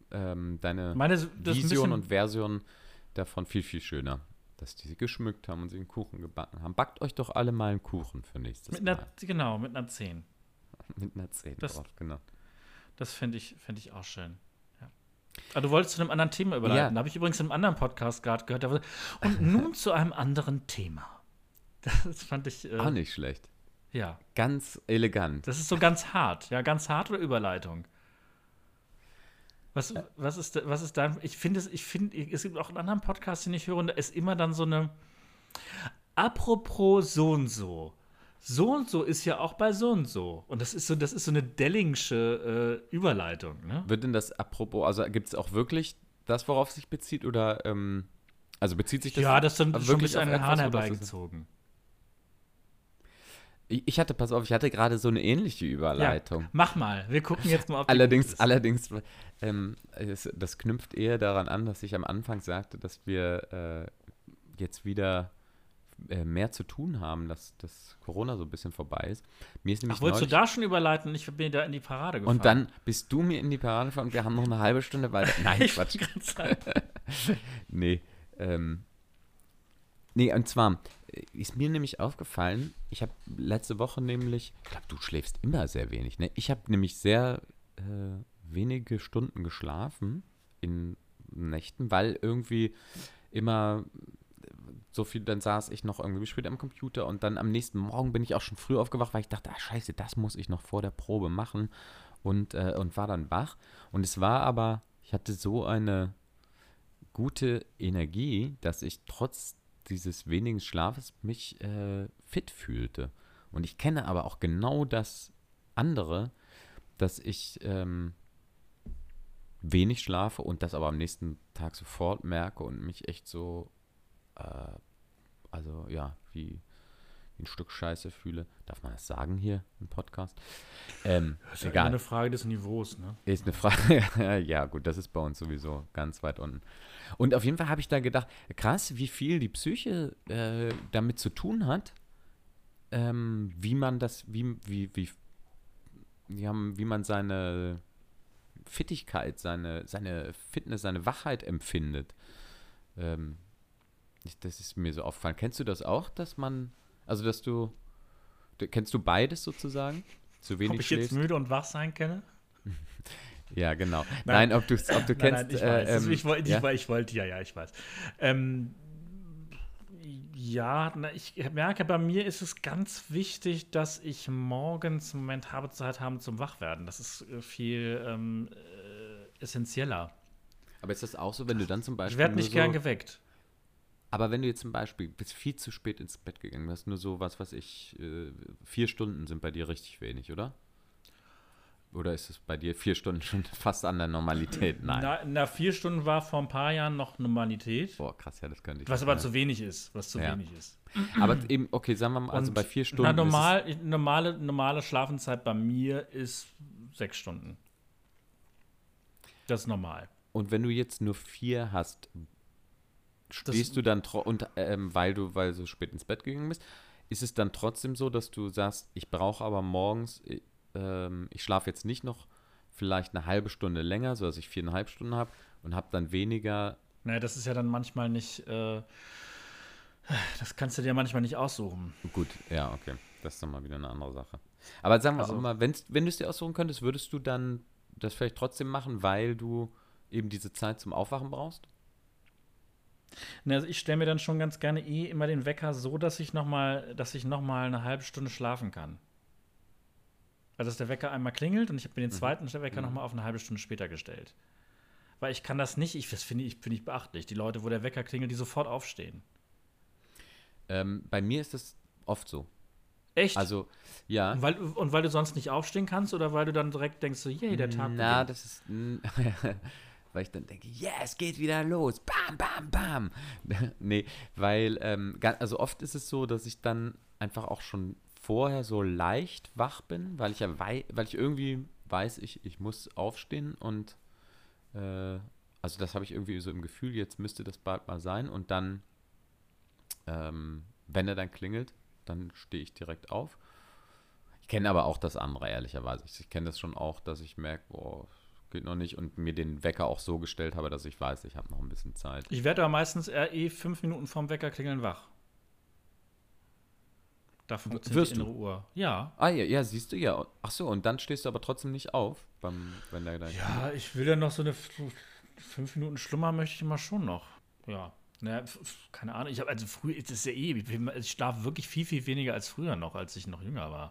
Vision und Version davon viel, viel schöner. Dass die sie geschmückt haben und sie einen Kuchen gebacken haben. Backt euch doch alle mal einen Kuchen für nächstes Mal. Genau, mit einer 10. Mit einer 10 drauf, genau. Das fände ich auch schön. Ja. Aber du wolltest zu einem anderen Thema überleiten. Ja. Da habe ich übrigens in einem anderen Podcast gerade gehört. Und nun zu einem anderen Thema. Das fand ich auch nicht schlecht. Ja. Ganz elegant. Das ist so ganz hart. Ja, ganz hart oder Überleitung? Was ist dein. Ich finde, es gibt auch einen anderen Podcast, den ich höre, und da ist immer dann so eine. Apropos so und so. So und so ist ja auch bei so und so. Und das ist so eine Dellingsche Überleitung, ne? Wird denn das apropos, also gibt es auch wirklich das, worauf es sich bezieht? Oder, also bezieht sich das? Ja, das ist wirklich an den Haaren herbeigezogen. Ich hatte gerade so eine ähnliche Überleitung. Ja, mach mal, wir gucken jetzt mal, ob allerdings, das knüpft eher daran an, dass ich am Anfang sagte, dass wir jetzt wieder mehr zu tun haben, dass das Corona so ein bisschen vorbei ist. Mir ist nämlich wolltest du da schon überleiten? Ich bin da in die Parade gefahren. Und dann bist du mir in die Parade gefahren und wir haben noch eine halbe Stunde weiter. Nein, Quatsch. Nee, und zwar ist mir nämlich aufgefallen, ich habe letzte Woche nämlich, ich glaube, du schläfst immer sehr wenig, ne? Ich habe nämlich sehr wenige Stunden geschlafen in Nächten, weil irgendwie immer so viel, dann saß ich noch irgendwie spät am Computer und dann am nächsten Morgen bin ich auch schon früh aufgewacht, weil ich dachte, scheiße, das muss ich noch vor der Probe machen und war dann wach. Und es war aber, ich hatte so eine gute Energie, dass ich trotz dieses wenigen Schlafes mich fit fühlte. Und ich kenne aber auch genau das andere, dass ich wenig schlafe und das aber am nächsten Tag sofort merke und mich echt so, also ja, wie wie ein Stück Scheiße fühle. Darf man das sagen hier im Podcast? Das ist ja immer eine Frage des Niveaus, ne? Ist eine Frage. Ja, gut, das ist bei uns sowieso ganz weit unten. Und auf jeden Fall habe ich da gedacht, krass, wie viel die Psyche damit zu tun hat, wie man das, wie man seine Fittigkeit, seine Fitness, seine Wachheit empfindet. Das ist mir so aufgefallen. Kennst du das auch, kennst du beides sozusagen? Zu wenig Ob ich schläfst? jetzt müde und wach sein kenne? Ja, genau. Nein, ob du kennst. Nein, ich weiß. Ich wollte, ja, ich weiß. Ich merke, bei mir ist es ganz wichtig, dass ich morgens einen Moment habe, Zeit haben zum Wachwerden. Das ist viel essentieller. Aber ist das auch so, wenn du dann zum Beispiel. Ich werde nicht gern geweckt. Aber wenn du jetzt zum Beispiel bist viel zu spät ins Bett gegangen bist, nur so 4 Stunden sind bei dir richtig wenig, oder? Oder ist es bei dir 4 Stunden schon fast an der Normalität? Nein. 4 Stunden war vor ein paar Jahren noch Normalität. Boah, krass, ja, das könnte ich. Was aber zu wenig ist. Aber eben, okay, sagen wir mal, also bei 4 Stunden. Normale Schlafenszeit bei mir ist 6 Stunden. Das ist normal. Und wenn du jetzt nur 4 hast, stehst du dann, weil du so spät ins Bett gegangen bist, ist es dann trotzdem so, dass du sagst, ich brauche aber morgens, ich schlafe jetzt nicht noch vielleicht eine halbe Stunde länger, sodass ich 4,5 Stunden habe und habe dann weniger. Naja, das ist ja dann manchmal nicht, das kannst du dir manchmal nicht aussuchen. Gut, ja, okay. Das ist dann mal wieder eine andere Sache. Aber sagen wir auch mal, wenn du es dir aussuchen könntest, würdest du dann das vielleicht trotzdem machen, weil du eben diese Zeit zum Aufwachen brauchst? Also ich stelle mir dann schon ganz gerne immer den Wecker so, dass ich noch mal eine halbe Stunde schlafen kann. Also dass der Wecker einmal klingelt und ich habe mir den zweiten Wecker noch mal auf eine halbe Stunde später gestellt. Weil ich kann das nicht, das finde ich beachtlich. Die Leute, wo der Wecker klingelt, die sofort aufstehen. Bei mir ist das oft so. Echt? Also, ja. Und weil du sonst nicht aufstehen kannst oder weil du dann direkt denkst, so, yay, der Tag beginnt? Das ist. Weil ich dann denke, es geht wieder los. Bam, bam, bam. Nee, weil, also oft ist es so, dass ich dann einfach auch schon vorher so leicht wach bin, weil ich irgendwie weiß, ich muss aufstehen und also das habe ich irgendwie so im Gefühl, jetzt müsste das bald mal sein und dann, wenn er dann klingelt, dann stehe ich direkt auf. Ich kenne aber auch das andere, ehrlicherweise. Ich kenne das schon auch, dass ich merke, boah, geht noch nicht und mir den Wecker auch so gestellt habe, dass ich weiß, ich habe noch ein bisschen Zeit. Ich werde aber meistens 5 Minuten vorm Wecker klingeln wach. Da funktioniert die innere Uhr. Ja. Ah ja, siehst du, ja. Ach so, und dann stehst du aber trotzdem nicht auf, wenn der da. Ja, ich will ja noch so eine 5 Minuten Schlummer möchte ich immer schon noch. Ja. Naja, keine Ahnung. Also früher, das ist ja ich schlafe wirklich viel, viel weniger als früher noch, als ich noch jünger war.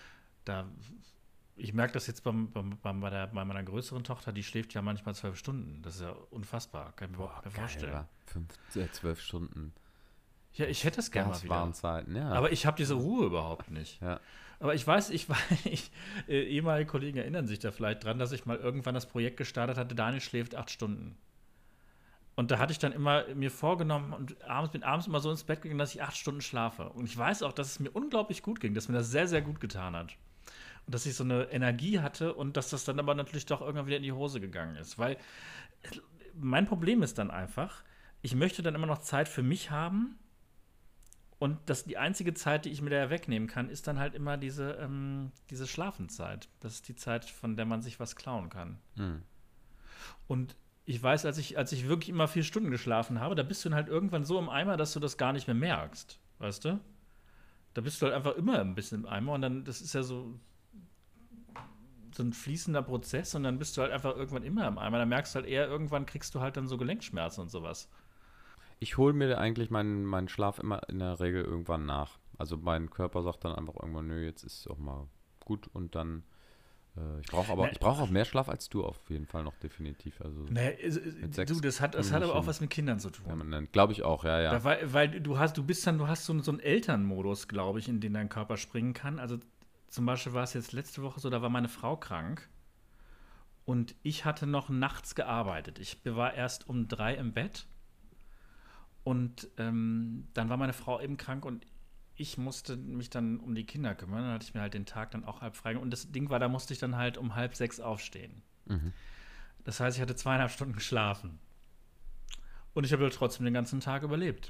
Ich merke das jetzt bei meiner größeren Tochter, die schläft ja manchmal 12 Stunden. Das ist ja unfassbar. Kann ich mir überhaupt nicht vorstellen. 12 Stunden. Ja, ich hätte es gerne mal wieder. Zeiten, ja. Aber ich habe diese Ruhe überhaupt nicht. Ja. Aber ich weiß, ehemalige Kollegen erinnern sich da vielleicht dran, dass ich mal irgendwann das Projekt gestartet hatte, Daniel schläft 8 Stunden. Und da hatte ich dann immer mir vorgenommen und bin abends immer so ins Bett gegangen, dass ich 8 Stunden schlafe. Und ich weiß auch, dass es mir unglaublich gut ging, dass mir das sehr, sehr gut getan hat. Und dass ich so eine Energie hatte und dass das dann aber natürlich doch irgendwann wieder in die Hose gegangen ist. Weil mein Problem ist dann einfach, ich möchte dann immer noch Zeit für mich haben. Und die einzige Zeit, die ich mir da wegnehmen kann, ist dann halt immer diese Schlafenszeit. Das ist die Zeit, von der man sich was klauen kann. Mhm. Und ich weiß, als ich wirklich immer 4 Stunden geschlafen habe, da bist du dann halt irgendwann so im Eimer, dass du das gar nicht mehr merkst. Weißt du? Da bist du halt einfach immer ein bisschen im Eimer und dann, das ist ja so ein fließender Prozess und dann bist du halt einfach irgendwann immer im Eimer. Dann merkst du halt eher, irgendwann kriegst du halt dann so Gelenkschmerzen und sowas. Ich hole mir eigentlich meinen Schlaf immer in der Regel irgendwann nach. Also mein Körper sagt dann einfach irgendwann, nö, jetzt ist es auch mal gut und dann ich brauche auch mehr Schlaf als du auf jeden Fall noch definitiv. Also das hat aber auch was mit Kindern zu tun. Ja, glaube ich auch, ja. Weil du hast so einen Elternmodus, glaube ich, in den dein Körper springen kann. Also zum Beispiel war es jetzt letzte Woche so, da war meine Frau krank und ich hatte noch nachts gearbeitet. Ich war erst um 3 im Bett und dann war meine Frau eben krank und ich musste mich dann um die Kinder kümmern. Dann hatte ich mir halt den Tag dann auch halb frei. Und das Ding war, da musste ich dann halt um 5:30 aufstehen. Mhm. Das heißt, ich hatte 2,5 Stunden geschlafen. Und ich habe halt trotzdem den ganzen Tag überlebt.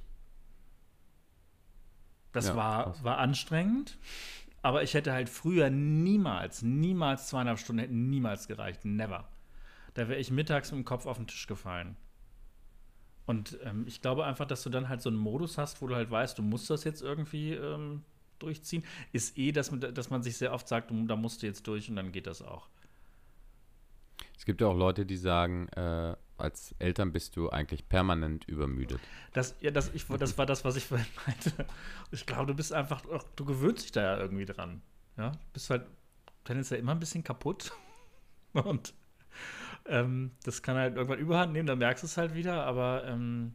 Das Ja, krass. war anstrengend, aber ich hätte halt früher niemals 2,5 Stunden hätten niemals gereicht. Never. Da wäre ich mittags mit dem Kopf auf den Tisch gefallen. Und ich glaube einfach, dass du dann halt so einen Modus hast, wo du halt weißt, du musst das jetzt irgendwie durchziehen. Ist dass man sich sehr oft sagt, da musst du jetzt durch und dann geht das auch. Es gibt ja auch Leute, die sagen, als Eltern bist du eigentlich permanent übermüdet. Das war das, was ich vorhin meinte. Ich glaube, du bist einfach, du gewöhnst dich da ja irgendwie dran. Ja, du bist halt tendenziell immer ein bisschen kaputt. Und das kann halt irgendwann überhand nehmen, dann merkst du es halt wieder, aber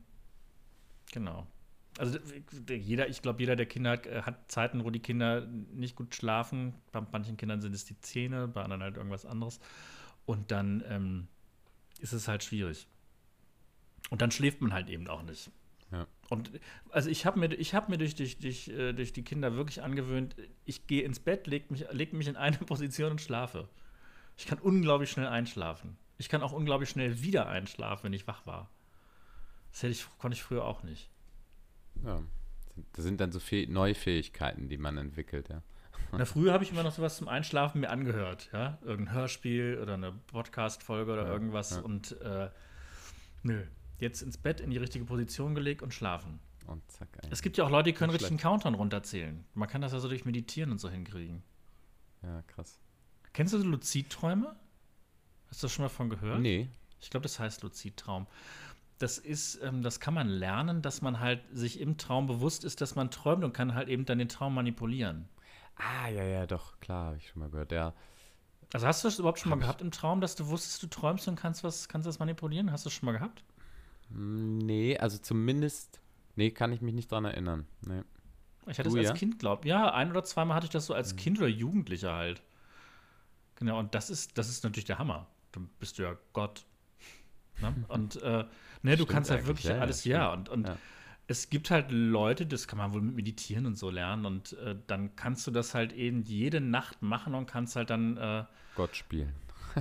genau. Also ich glaube, jeder, der Kinder hat Zeiten, wo die Kinder nicht gut schlafen. Bei manchen Kindern sind es die Zähne, bei anderen halt irgendwas anderes. Und dann ist es halt schwierig. Und dann schläft man halt eben auch nicht. Ja. Und also ich hab mir durch die Kinder wirklich angewöhnt, ich gehe ins Bett, leg mich in eine Position und schlafe. Ich kann unglaublich schnell einschlafen. Ich kann auch unglaublich schnell wieder einschlafen, wenn ich wach war. Konnte ich früher auch nicht. Ja. Das sind dann so neue Fähigkeiten, die man entwickelt, ja. Na, früher habe ich immer noch sowas zum Einschlafen mir angehört, ja. Irgendein Hörspiel oder eine Podcast-Folge oder Ja, irgendwas. ja. Und nö. Jetzt ins Bett in die richtige Position gelegt und schlafen. Und zack, Es gibt ja auch Leute, die können Nicht richtig einen Countdown runterzählen. Man kann das ja so durch Meditieren und so hinkriegen. Ja, krass. Kennst du Luzidträume? Hast du das schon mal von gehört? Nee. Ich glaube, das heißt Luzidtraum. Das kann man lernen, dass man halt sich im Traum bewusst ist, dass man träumt und kann halt eben dann den Traum manipulieren. Ah, ja, ja, doch, klar, habe ich schon mal gehört. Ja, Also hast du das überhaupt schon mal Hab ich. gehabt im Traum, dass du wusstest, du träumst und kannst das manipulieren? Hast du das schon mal gehabt? Nee, also zumindest, nee, kann ich mich nicht dran erinnern. Nee. Ich hatte Du, das als ja? Kind, ja, ein oder zweimal hatte ich das so als Mhm. Kind oder Jugendlicher halt. Genau, und das ist natürlich der Hammer. Dann bist du ja Gott. Ne? Und ne, du Stimmt kannst halt eigentlich, wirklich ja, ja, alles, ja. stimmt. Und Ja. es gibt halt Leute, das kann man wohl mit Meditieren und so lernen. Und dann kannst du das halt eben jede Nacht machen und kannst halt dann, Gott spielen.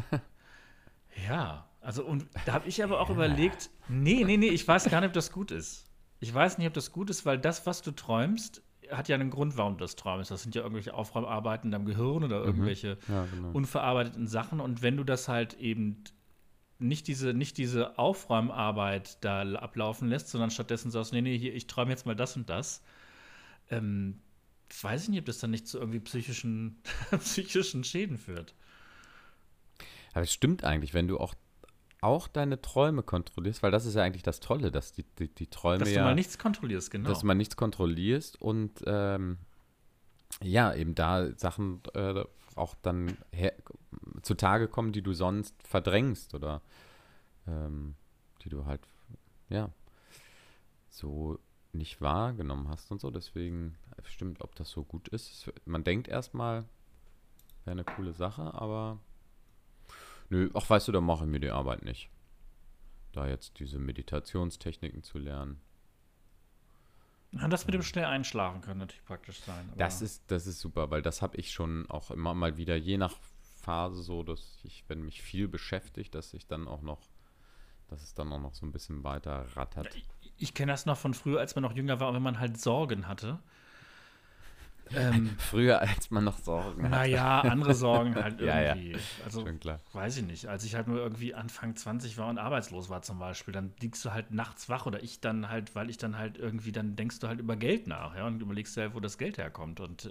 ja. Also, und da habe ich aber auch Ja. überlegt, nee, ich weiß gar nicht, ob das gut ist. Ich weiß nicht, ob das gut ist, weil das, was du träumst, hat ja einen Grund, warum du das träumst. Das sind ja irgendwelche Aufräumarbeiten in deinem Gehirn oder Mhm. irgendwelche Ja, genau. unverarbeiteten Sachen. Und wenn du das halt eben nicht diese Aufräumarbeit da ablaufen lässt, sondern stattdessen sagst, nee, hier, ich träume jetzt mal das und das, ähm, weiß ich nicht, ob das dann nicht zu irgendwie psychischen Schäden führt. Aber es stimmt eigentlich, wenn du auch deine Träume kontrollierst, weil das ist ja eigentlich das Tolle, dass die Träume Dass du mal ja, nichts kontrollierst, dass genau. man nichts kontrollierst und ja, eben da Sachen auch dann zutage kommen, die du sonst verdrängst oder die du halt, ja, so nicht wahrgenommen hast und so. Deswegen stimmt, ob das so gut ist. Man denkt erstmal, wäre eine coole Sache, aber nö, ach weißt du, da mache ich mir die Arbeit nicht. Da jetzt diese Meditationstechniken zu lernen. Ja, das mit dem schnell einschlafen kann natürlich praktisch sein. Aber Das ist super, weil das habe ich schon auch immer mal wieder, je nach Phase so, dass ich, wenn mich viel beschäftigt, dass es dann auch noch so ein bisschen weiter rattert. ich kenne das noch von früher, als man noch jünger war und wenn man halt Sorgen hatte. Ähm, Früher, als man noch Sorgen hatte. naja, andere Sorgen halt Ja, ja, irgendwie. Also, schon klar. weiß ich nicht. Als ich halt nur irgendwie Anfang 20 war und arbeitslos war zum Beispiel, dann liegst du halt nachts wach oder ich dann halt, weil ich dann halt irgendwie, dann denkst du halt über Geld nach, ja, und überlegst dir halt, wo das Geld herkommt. Und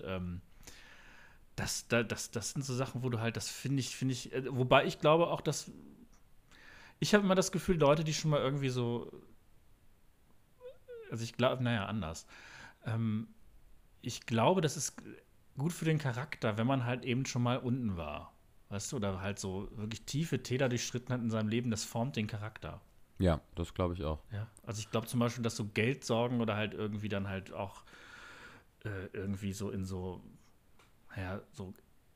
das sind so Sachen, wo du halt, das finde ich, wobei ich glaube auch, dass, ich habe immer das Gefühl, Leute, die schon mal irgendwie so, also ich glaube, naja, anders. Ähm, Ich glaube, das ist gut für den Charakter, wenn man halt eben schon mal unten war. Weißt du, oder halt so wirklich tiefe Täler durchschritten hat in seinem Leben, das formt den Charakter. Ja, das glaube ich auch. Ja. Also ich glaube zum Beispiel, dass so Geldsorgen oder halt irgendwie dann halt auch irgendwie so in so, naja, so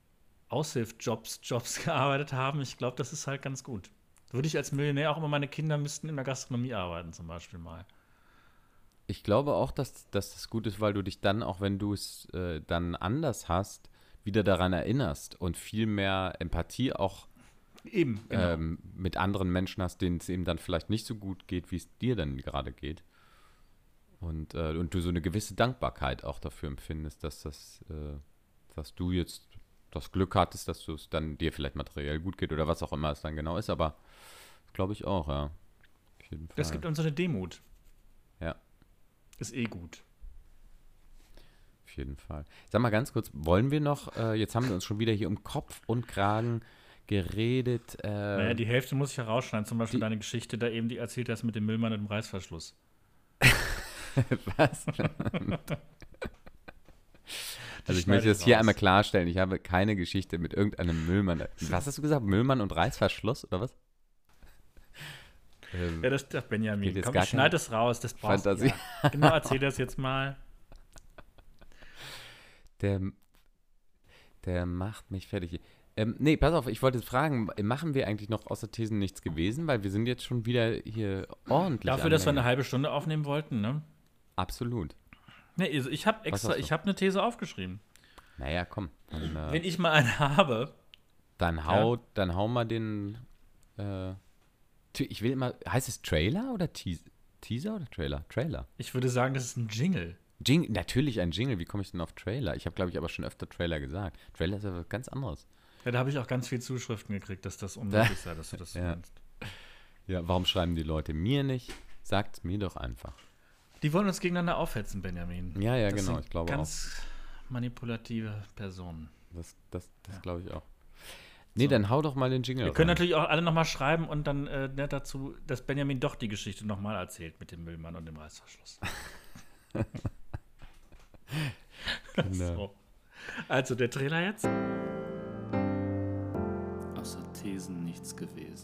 Jobs gearbeitet haben. Ich glaube, das ist halt ganz gut. Würde ich als Millionär auch immer, meine Kinder müssten in der Gastronomie arbeiten, zum Beispiel mal. Ich glaube auch, dass das gut ist, weil du dich dann, auch wenn du es dann anders hast, wieder daran erinnerst und viel mehr Empathie auch Eben, genau. mit anderen Menschen hast, denen es eben dann vielleicht nicht so gut geht, wie es dir dann gerade geht. Und du so eine gewisse Dankbarkeit auch dafür empfindest, dass du jetzt das Glück hattest, dass du es dann dir vielleicht materiell gut geht oder was auch immer es dann genau ist, aber glaube ich auch, ja. Auf jeden Das Fall. gibt uns so eine Demut. Ja, Ist eh gut. auf jeden Fall. Sag mal ganz kurz, wollen wir noch, jetzt haben wir uns schon wieder hier um Kopf und Kragen geredet. Naja, die Hälfte muss ich herausschneiden. Zum Beispiel die- deine Geschichte da eben, die erzählt hast mit dem Müllmann und dem Reißverschluss. Was? Also ich möchte das hier einmal klarstellen, ich habe keine Geschichte mit irgendeinem Müllmann. Was hast du gesagt? Müllmann und Reißverschluss oder was? Ja, das darf Benjamin. geht jetzt Komm, gar ich schneide das raus. Das brauchst du. Fantasie. Ja. Genau, erzähl das jetzt mal. Der, der macht mich fertig. Nee, pass auf, ich wollte jetzt fragen, machen wir eigentlich noch außer Thesen nichts gewesen? Weil wir sind jetzt schon wieder hier ordentlich Dafür, am dass wir Ende. eine halbe Stunde aufnehmen wollten, ne? Absolut. Ne, also ich habe Was extra, hast du? ich habe eine These aufgeschrieben. Naja, komm. Wenn ich mal eine habe, Dann hau mal den. Ich will immer. Heißt es Trailer oder Teaser oder Trailer? Trailer. ich würde sagen, das ist ein Jingle. Natürlich ein Jingle. Wie komme ich denn auf Trailer? Ich habe, glaube ich, aber schon öfter Trailer gesagt. Trailer ist ja was ganz anderes. Ja, da habe ich auch ganz viel Zuschriften gekriegt, dass das unmöglich sei, dass du das so Ja. nennst. Ja, warum schreiben die Leute mir nicht? Sagt's mir doch einfach. Die wollen uns gegeneinander aufhetzen, Benjamin. Ja, ja, Das genau. sind Ich glaube auch. ganz manipulative Personen. Das glaube ich auch. Nee, dann hau doch mal den Jingle Wir können rein. natürlich auch alle nochmal schreiben und dann dazu, dass Benjamin doch die Geschichte nochmal erzählt mit dem Müllmann und dem Reißverschluss. Genau. So. Also der Trailer jetzt. Außer Thesen nichts gewesen.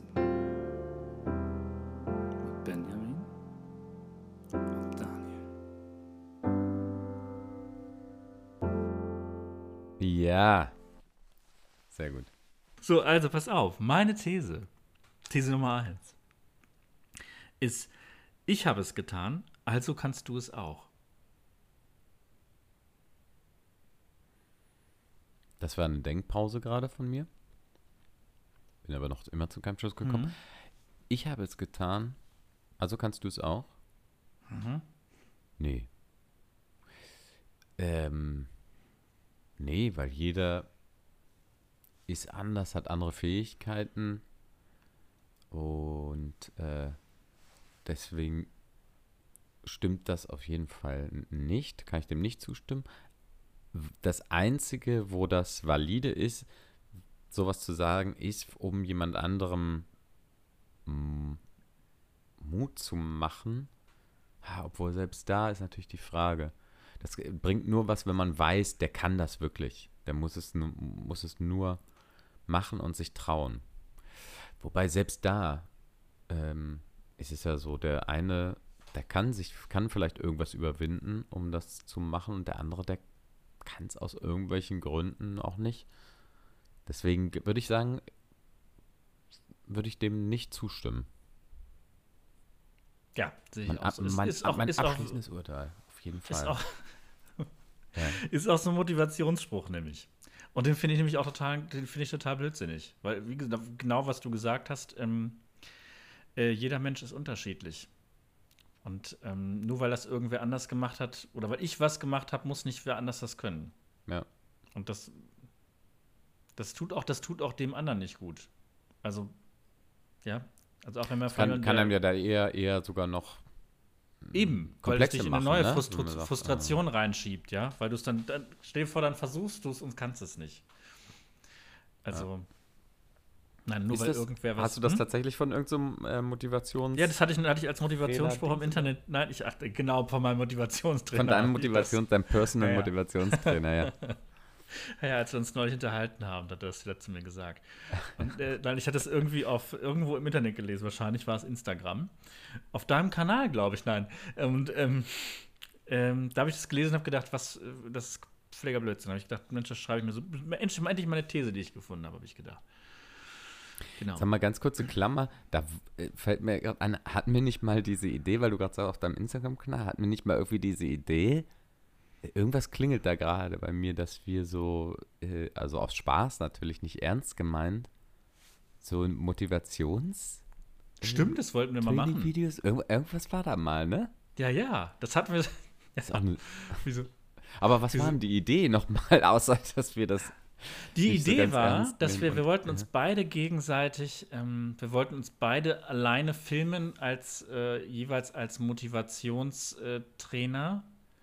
Mit Benjamin und Daniel. Ja. Sehr gut. So, also pass auf. Meine These, These Nummer 1, ist, ich habe es getan, also kannst du es auch. Das war eine Denkpause gerade von mir. Bin aber noch immer zu keinem Schluss gekommen. Mhm. Ich habe es getan, also kannst du es auch? Mhm. Nee. Nee, weil jeder ist anders, hat andere Fähigkeiten und deswegen stimmt das auf jeden Fall nicht, kann ich dem nicht zustimmen. Das Einzige, wo das valide ist, sowas zu sagen, ist, um jemand anderem Mut zu machen. Obwohl selbst da ist natürlich die Frage. Das bringt nur was, wenn man weiß, der kann das wirklich. Der muss es nur machen und sich trauen. Wobei selbst da ist es ja so, der eine, der kann vielleicht irgendwas überwinden, um das zu machen, und der andere, der kann es aus irgendwelchen Gründen auch nicht. Deswegen würde ich sagen, würde ich dem nicht zustimmen. Ja, sehe ich Mein, auch so. mein, Ist auch, mein ist auch, abschließendes Urteil, auf jeden Fall. ist auch, Ja. ist auch so ein Motivationsspruch, nämlich. Und den finde ich nämlich auch total blödsinnig. Weil, wie gesagt, genau was du gesagt hast, jeder Mensch ist unterschiedlich. Und nur weil das irgendwer anders gemacht hat, oder weil ich was gemacht habe, muss nicht wer anders das können. Ja. Und das tut auch dem anderen nicht gut. Also, ja. Also auch wenn man Kann einem ja da eher sogar noch eben, weil es komplexe dich in machen, eine neue ne? Wenn man sagt, Frustration reinschiebt, ja. Weil du es dann, stell dir vor, dann versuchst du es und kannst es nicht. Also, nein, nur weil irgendwer was. Hast du das tatsächlich von irgendeinem Motivations... Ja, das hatte ich als Motivationsspruch im Trainer, Internet. Nein, ich achte genau von meinem Motivationstrainer. Von deinem habe ich das. deinem Personal Ja, ja. Motivationstrainer, ja. Ja, als wir uns neulich unterhalten haben, hat er das wieder zu mir gesagt. Und, weil ich hatte es irgendwie irgendwo im Internet gelesen, wahrscheinlich war es Instagram. Auf deinem Kanal, glaube ich, nein. Und da habe ich das gelesen und habe gedacht, das ist völliger Blödsinn. Da habe ich gedacht, Mensch, das schreibe ich mir so. Endlich meine These, die ich gefunden habe, habe ich gedacht. Genau. Sag mal, ganz kurze Klammer, da fällt mir gerade an, hatten wir nicht mal diese Idee, weil du gerade sagst, auf deinem Instagram-Kanal, hatten wir nicht mal irgendwie diese Idee, irgendwas klingelt da gerade bei mir, dass wir so, also aus Spaß natürlich, nicht ernst gemeint, so Motivations- Stimmt, das wollten wir mal machen. Training-Videos, irgendwas war da mal, ne? Ja, das hatten wir. Ist auch eine, Wieso? aber was war denn die Idee nochmal, außer dass wir das Die nicht so Idee ganz war, ernst dass nehmen wir und- wollten uns beide gegenseitig, wir wollten uns beide alleine filmen als jeweils als Motivationstrainer.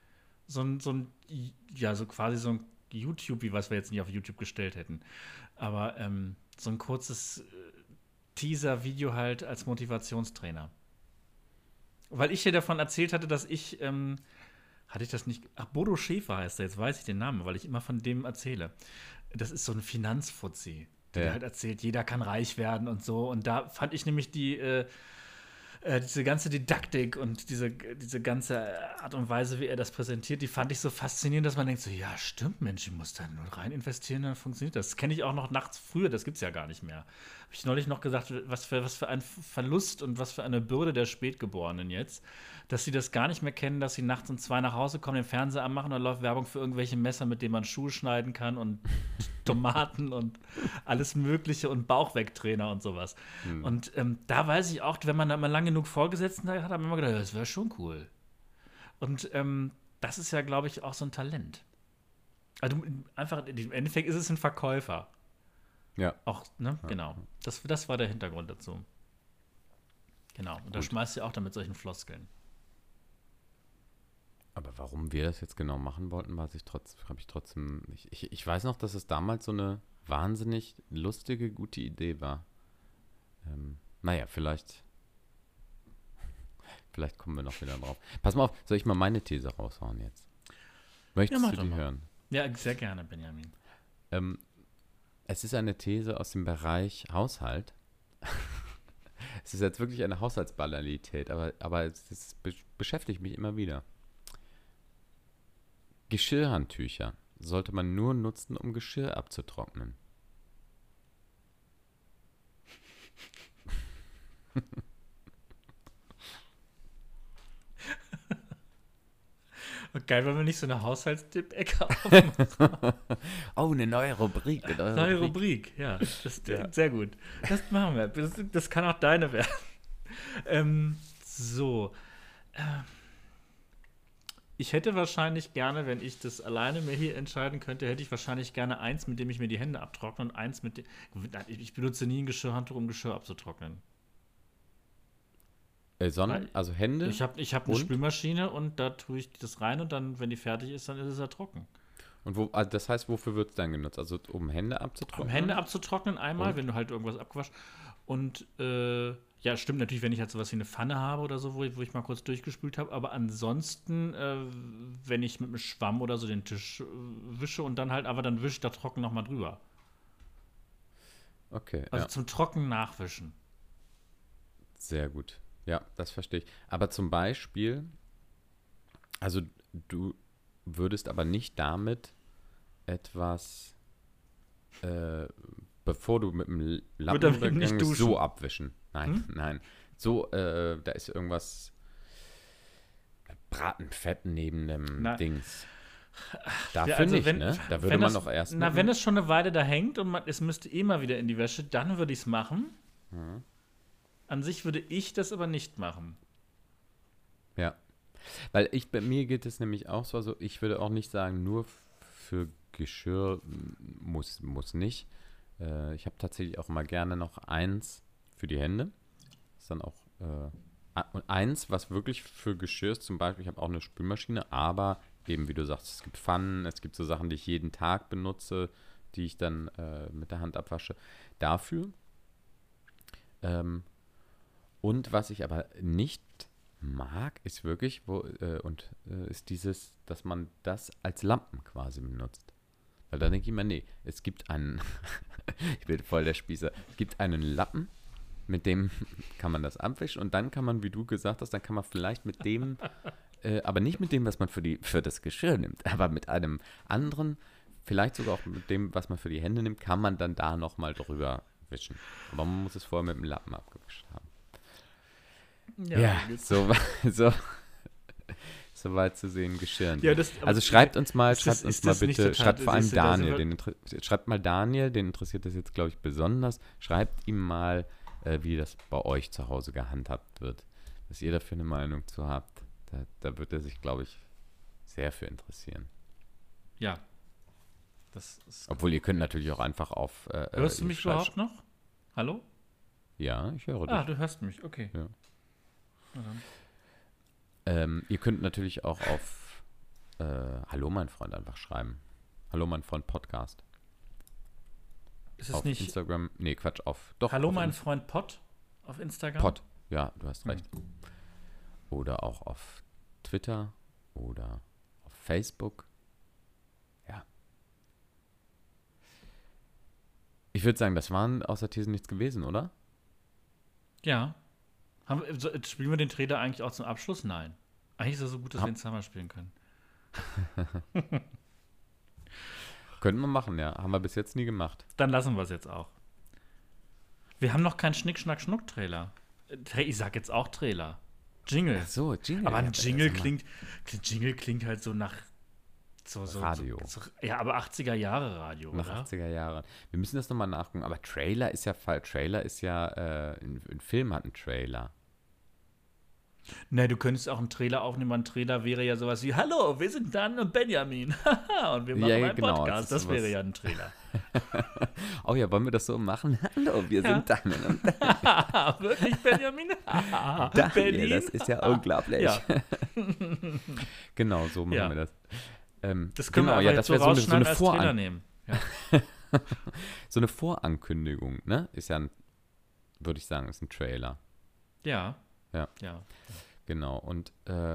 So quasi so ein YouTube, wie was wir jetzt nicht auf YouTube gestellt hätten. Aber so ein kurzes Teaser-Video halt als Motivationstrainer. Weil ich dir davon erzählt hatte, dass ich, hatte ich das nicht, ach, Bodo Schäfer heißt er, jetzt weiß ich den Namen, weil ich immer von dem erzähle. Das ist so ein Finanzfuzzi, der Ja. halt erzählt, jeder kann reich werden und so. Und da fand ich nämlich diese ganze Didaktik und diese ganze Art und Weise, wie er das präsentiert, die fand ich so faszinierend, dass man denkt so, ja, stimmt, Mensch, ich muss da nur rein investieren, dann funktioniert das. Das kenne ich auch noch nachts früher, das gibt's ja gar nicht mehr. Habe ich neulich noch gesagt, was für ein Verlust und was für eine Bürde der Spätgeborenen jetzt, dass sie das gar nicht mehr kennen, dass sie nachts um 2 nach Hause kommen, den Fernseher anmachen und da läuft Werbung für irgendwelche Messer, mit denen man Schuhe schneiden kann und Tomaten und alles Mögliche und Bauchwegtrainer und sowas. Und da weiß ich auch, wenn man da mal lange genug Vorgesetzten hat, hat man immer gedacht, ja, das wäre schon cool. Und das ist ja, glaube ich, auch so ein Talent. Also einfach, im Endeffekt ist es ein Verkäufer. Ja. Auch, ne? Ja. Genau. Das war der Hintergrund dazu. Genau. Und da schmeißt ihr auch dann mit solchen Floskeln. Aber warum wir das jetzt genau machen wollten, habe ich trotzdem. Ich weiß noch, dass es damals so eine wahnsinnig lustige, gute Idee war. Naja, vielleicht kommen wir noch wieder drauf. Pass mal auf, soll ich mal meine These raushauen jetzt? Möchtest mach du doch die mal. hören? Ja, sehr gerne, Benjamin. Es ist eine These aus dem Bereich Haushalt. Es ist jetzt wirklich eine Haushaltsbanalität, aber es beschäftigt mich immer wieder. Geschirrhandtücher sollte man nur nutzen, um Geschirr abzutrocknen. Geil, wenn wir nicht so eine Haushaltstipp-Ecke aufmachen. Oh, eine neue Rubrik. Neue Rubrik, ja. Sehr gut. Das machen wir. Das kann auch deine werden. Ich hätte wahrscheinlich gerne, wenn ich das alleine mir hier entscheiden könnte, hätte ich wahrscheinlich gerne eins, mit dem ich mir die Hände abtrockne und eins mit dem. Ich benutze nie ein Geschirrhandtuch, um Geschirr abzutrocknen. Also Hände? Ich hab eine Spülmaschine und da tue ich das rein und dann, wenn die fertig ist, dann ist es ja trocken. Und also das heißt, wofür wird es dann genutzt? Also um Hände abzutrocknen? Um Hände abzutrocknen einmal, wenn du halt irgendwas abgewaschen. Und ja, stimmt natürlich, wenn ich halt sowas wie eine Pfanne habe oder so, wo ich mal kurz durchgespült habe. Aber ansonsten, wenn ich mit einem Schwamm oder so den Tisch wische und dann halt, aber dann wische ich da trocken nochmal drüber. Okay, Also zum Trocken nachwischen. Sehr gut. Ja, das verstehe ich. Aber zum Beispiel, also du würdest aber nicht damit etwas, bevor du mit dem Lappen übergegangen bist, so abwischen. Nein. So, da ist irgendwas Bratenfett neben dem Dings. Dafür also nicht, ne? Da würde man noch erst. Wenn es schon eine Weile da hängt und es müsste mal wieder in die Wäsche, dann würde ich es machen. An sich würde ich das aber nicht machen. Ja. Weil bei mir geht es nämlich auch so, also ich würde auch nicht sagen, nur für Geschirr muss nicht. Ich habe tatsächlich auch immer gerne noch eins für die Hände. Ist dann auch und eins, was wirklich für Geschirr ist, zum Beispiel, ich habe auch eine Spülmaschine, aber eben, wie du sagst, es gibt Pfannen, es gibt so Sachen, die ich jeden Tag benutze, die ich dann mit der Hand abwasche. Dafür. Und was ich aber nicht mag, ist wirklich, ist dieses, dass man das als Lampen quasi benutzt. Weil da denke ich mir, nee, es gibt einen, ich bin voll der Spießer, es gibt einen Lappen, mit dem kann man das abwischen und dann kann man, wie du gesagt hast, dann kann man vielleicht mit dem, aber nicht mit dem, was man für das Geschirr nimmt, aber mit einem anderen, vielleicht sogar auch mit dem, was man für die Hände nimmt, kann man dann da nochmal drüber abwischen. Aber man muss es vorher mit dem Lappen abgewischt haben. Ja, so weit zu sehen, geschirrt. Ja, also schreibt uns mal bitte, schreibt vor allem Daniel, schreibt mal Daniel, den interessiert das jetzt, glaube ich, besonders. Schreibt ihm mal, wie das bei euch zu Hause gehandhabt wird. Was ihr dafür eine Meinung zu habt. Da wird er sich, glaube ich, sehr für interessieren. Ja. Das ist Obwohl, ihr könnt natürlich auch einfach auf... hörst du mich überhaupt noch? Hallo? Ja, ich höre dich. Ah, du hörst mich, okay. Ja. Na dann. Ihr könnt natürlich auch auf Hallo, mein Freund einfach schreiben. Hallo, mein Freund Podcast. Ist es Auf nicht Instagram, nee, Quatsch, Hallo, auf mein Freund Pod auf Instagram? Pod, ja, du hast recht. Oder auch auf Twitter oder auf Facebook. Ja. Ich würde sagen, das waren außer Thesen nichts gewesen, oder? Ja. Spielen wir den Trailer eigentlich auch zum Abschluss? Nein. Eigentlich ist es so gut, dass wir ihn zweimal spielen können. Könnten wir machen, ja. Haben wir bis jetzt nie gemacht. Dann lassen wir es jetzt auch. Wir haben noch keinen Schnick-Schnack-Schnuck-Trailer. Ich sag jetzt auch Trailer. Jingle. Ach so, Jingle. Aber ein ja, Jingle klingt halt so nach so Radio. Ja, aber 80er Jahre Radio, Nach oder? 80er Jahren. Wir müssen das nochmal nachgucken. Aber Trailer ist ja ein Film hat einen Trailer. Ne, du könntest auch einen Trailer aufnehmen. Ein Trailer wäre ja sowas wie: Hallo, wir sind Dan und Benjamin. Und wir machen einen genau, Podcast. Das wäre ja ein Trailer. Oh ja, wollen wir das so machen? Hallo, wir sind Daniel und Wirklich, Benjamin? Daniel, Berlin? das ist ja unglaublich. Ja. Genau, so machen Ja. wir das. Das können wir aber jetzt so wäre rausschneiden als Trailer nehmen. Ja. so eine Vorankündigung, ne? Ist ja würde ich sagen, ist ein Trailer. Ja. Ja. Ja. Genau. Und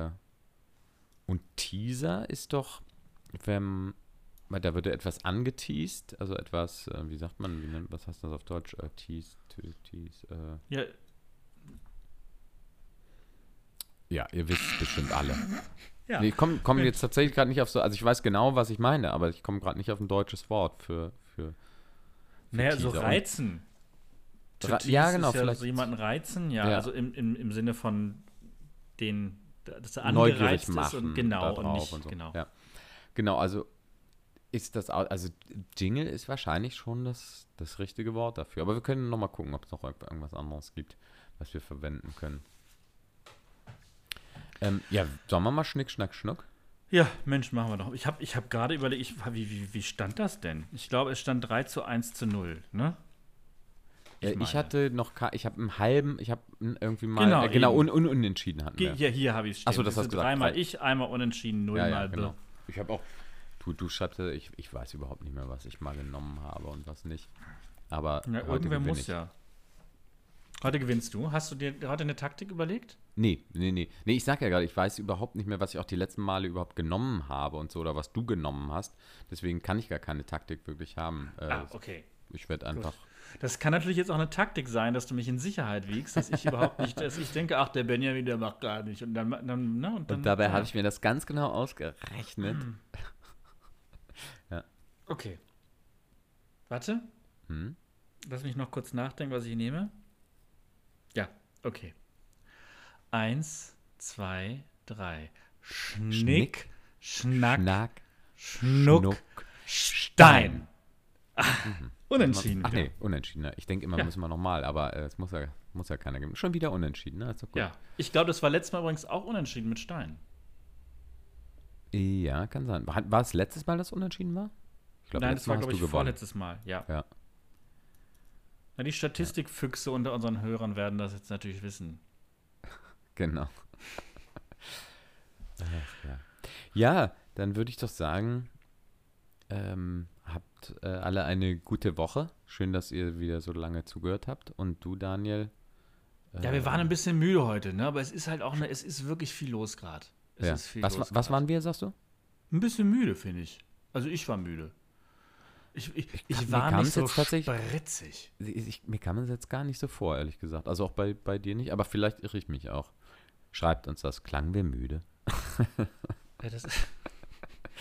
Teaser ist doch, weil da wird ja etwas angeteased, also etwas, wie sagt man, was heißt das auf Deutsch? Tease. Ja. Ja, ihr wisst es bestimmt alle. Ja. Nee, ich komm jetzt tatsächlich gerade nicht auf so, also ich weiß genau, was ich meine, aber ich komme gerade nicht auf ein deutsches Wort für Naja, so Teaser. reizen. Ja, genau, ist ja vielleicht so jemanden reizen, ja. Ja. Also im Sinne von dass er neugierig angereizt ist machen und genau da und drauf nicht, und so. genau. Ja. Genau, also ist das auch, also Jingle ist wahrscheinlich schon das richtige Wort dafür. Aber wir können noch mal gucken, ob es noch irgendwas anderes gibt, was wir verwenden können. Ja, sollen wir mal Schnick, Schnack, Schnuck? Ja, Mensch, machen wir doch. Ich hab gerade überlegt, wie stand das denn? Ich glaube, es stand 3:1:0, ne? Ich hatte noch, ich habe irgendwie mal, Genau, unentschieden hatten wir. Ja, hier habe ich es stehen. Achso, das hast du gesagt. Dreimal ich, einmal unentschieden, nullmal Ja, genau. Ich habe auch, du schreibst, ich weiß überhaupt nicht mehr, was ich mal genommen habe und was nicht. Aber Ja, heute irgendwer gewinne muss ich. ja. Heute gewinnst du. Hast du dir heute eine Taktik überlegt? Nee, ich sag ja gerade, ich weiß überhaupt nicht mehr, was ich auch die letzten Male überhaupt genommen habe und so, oder was du genommen hast. Deswegen kann ich gar keine Taktik wirklich haben. Okay. Ich werde einfach. Das kann natürlich jetzt auch eine Taktik sein, dass du mich in Sicherheit wiegst, dass ich überhaupt nicht, dass ich denke, ach, der Benjamin, der macht gar nicht. Und dann Und dabei habe ich mir das ganz genau ausgerechnet. Ja. Okay. Warte. Lass mich noch kurz nachdenken, was ich nehme. Ja, okay. 1, 2, 3. Schnick, Schnack, Schnuck, Stein. Unentschieden. Ach wieder. nee, unentschieden. Ne? Ich denke immer, müssen wir nochmal, aber es muss ja keiner geben. Schon wieder unentschieden, ne? Ist doch gut. Ja, ich glaube, das war letztes Mal übrigens auch unentschieden mit Stein. Ja, kann sein. War es letztes Mal, dass unentschieden war? Ich glaube, Nein, letztes das war, Mal glaube hast ich, du gewonnen. vorletztes Mal, ja. Ja. Na, die Statistikfüchse unter unseren Hörern werden das jetzt natürlich wissen. Genau. Ach, ja. Ja, dann würde ich doch sagen, habt alle eine gute Woche. Schön, dass ihr wieder so lange zugehört habt. Und du, Daniel? Ja, wir waren ein bisschen müde heute, ne? Aber es ist halt auch, es ist wirklich viel los gerade. Ja. Was waren wir, sagst du? Ein bisschen müde, finde ich. Also ich war müde. Ich mir war kam nicht es so jetzt tatsächlich- spritzig. Mir kam es jetzt gar nicht so vor, ehrlich gesagt. Also auch bei dir nicht, aber vielleicht irre ich mich auch. Schreibt uns das. Klangen wir müde? Ja, das ist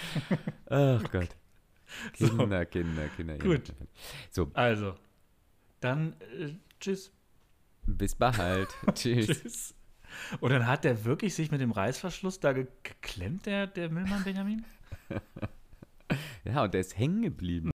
Ach Gott. So. Kinder. Gut. So, Also, Dann tschüss. Bis bald. Tschüss. Tschüss. Und dann hat der wirklich sich mit dem Reißverschluss da geklemmt, der Müllmann Benjamin? Ja, und der ist hängen geblieben.